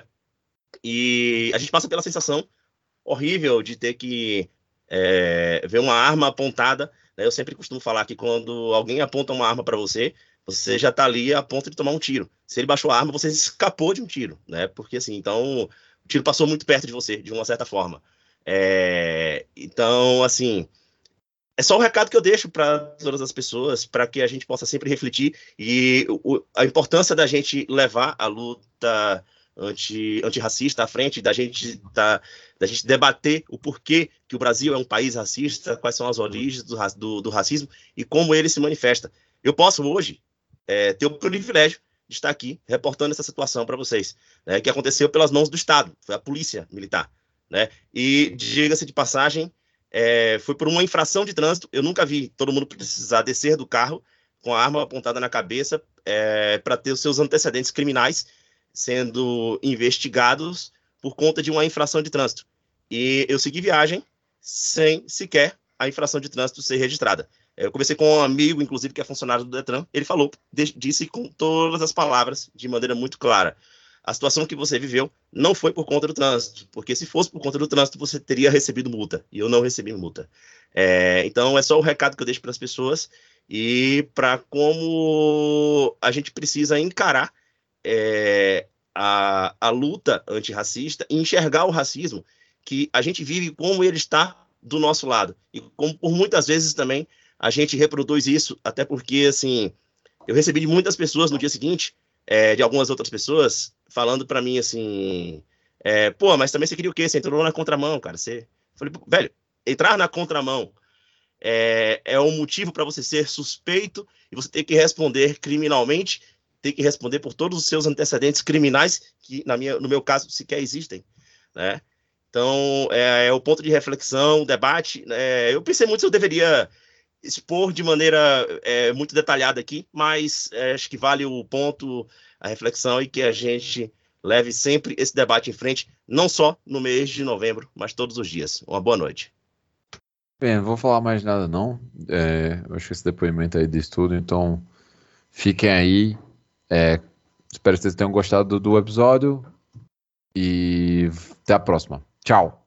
E a gente passa pela sensação horrível de ter que é, ver uma arma apontada, né? Eu sempre costumo falar que quando alguém aponta uma arma para você, você já está ali a ponto de tomar um tiro. Se ele baixou a arma, você escapou de um tiro, né? Porque assim, então, o tiro passou muito perto de você, de uma certa forma. É, então, assim, é só o recado que eu deixo para todas as pessoas, para que a gente possa sempre refletir e o, a importância da gente levar a luta anti, antirracista à frente, da gente, da, da gente debater o porquê que o Brasil é um país racista, quais são as origens do, do, do racismo e como ele se manifesta. Eu posso hoje é, ter o privilégio de estar aqui reportando essa situação para vocês, né, que aconteceu pelas mãos do Estado, foi a polícia militar, né, e diga-se de passagem, é, foi por uma infração de trânsito. Eu nunca vi todo mundo precisar descer do carro com a arma apontada na cabeça é, para ter os seus antecedentes criminais sendo investigados por conta de uma infração de trânsito. E eu segui viagem sem sequer a infração de trânsito ser registrada. Eu conversei com um amigo, inclusive, que é funcionário do Detran. Ele falou, disse com todas as palavras, de maneira muito clara: a situação que você viveu não foi por conta do trânsito, porque se fosse por conta do trânsito, você teria recebido multa, e eu não recebi multa. É, então, é só o recado que eu deixo para as pessoas e para como a gente precisa encarar é, a, a luta antirracista e enxergar o racismo que a gente vive como ele está do nosso lado. E como por muitas vezes também a gente reproduz isso, até porque, assim, eu recebi de muitas pessoas no dia seguinte, é, de algumas outras pessoas, falando pra mim, assim, é, pô, mas também você queria o quê? Você entrou na contramão, cara. Você... Eu falei, velho, entrar na contramão é, é um motivo para você ser suspeito e você ter que responder criminalmente, ter que responder por todos os seus antecedentes criminais, que na minha, no meu caso sequer existem, né? Então, é, é o ponto de reflexão, o debate. É, eu pensei muito se eu deveria expor de maneira é, muito detalhada aqui, mas é, acho que vale o ponto, a reflexão, e que a gente leve sempre esse debate em frente, não só no mês de novembro, mas todos os dias. Uma boa noite. Bem, não vou falar mais nada não. É, eu acho que esse depoimento aí diz tudo, então fiquem aí. É, espero que vocês tenham gostado do, do episódio e até a próxima. Tchau.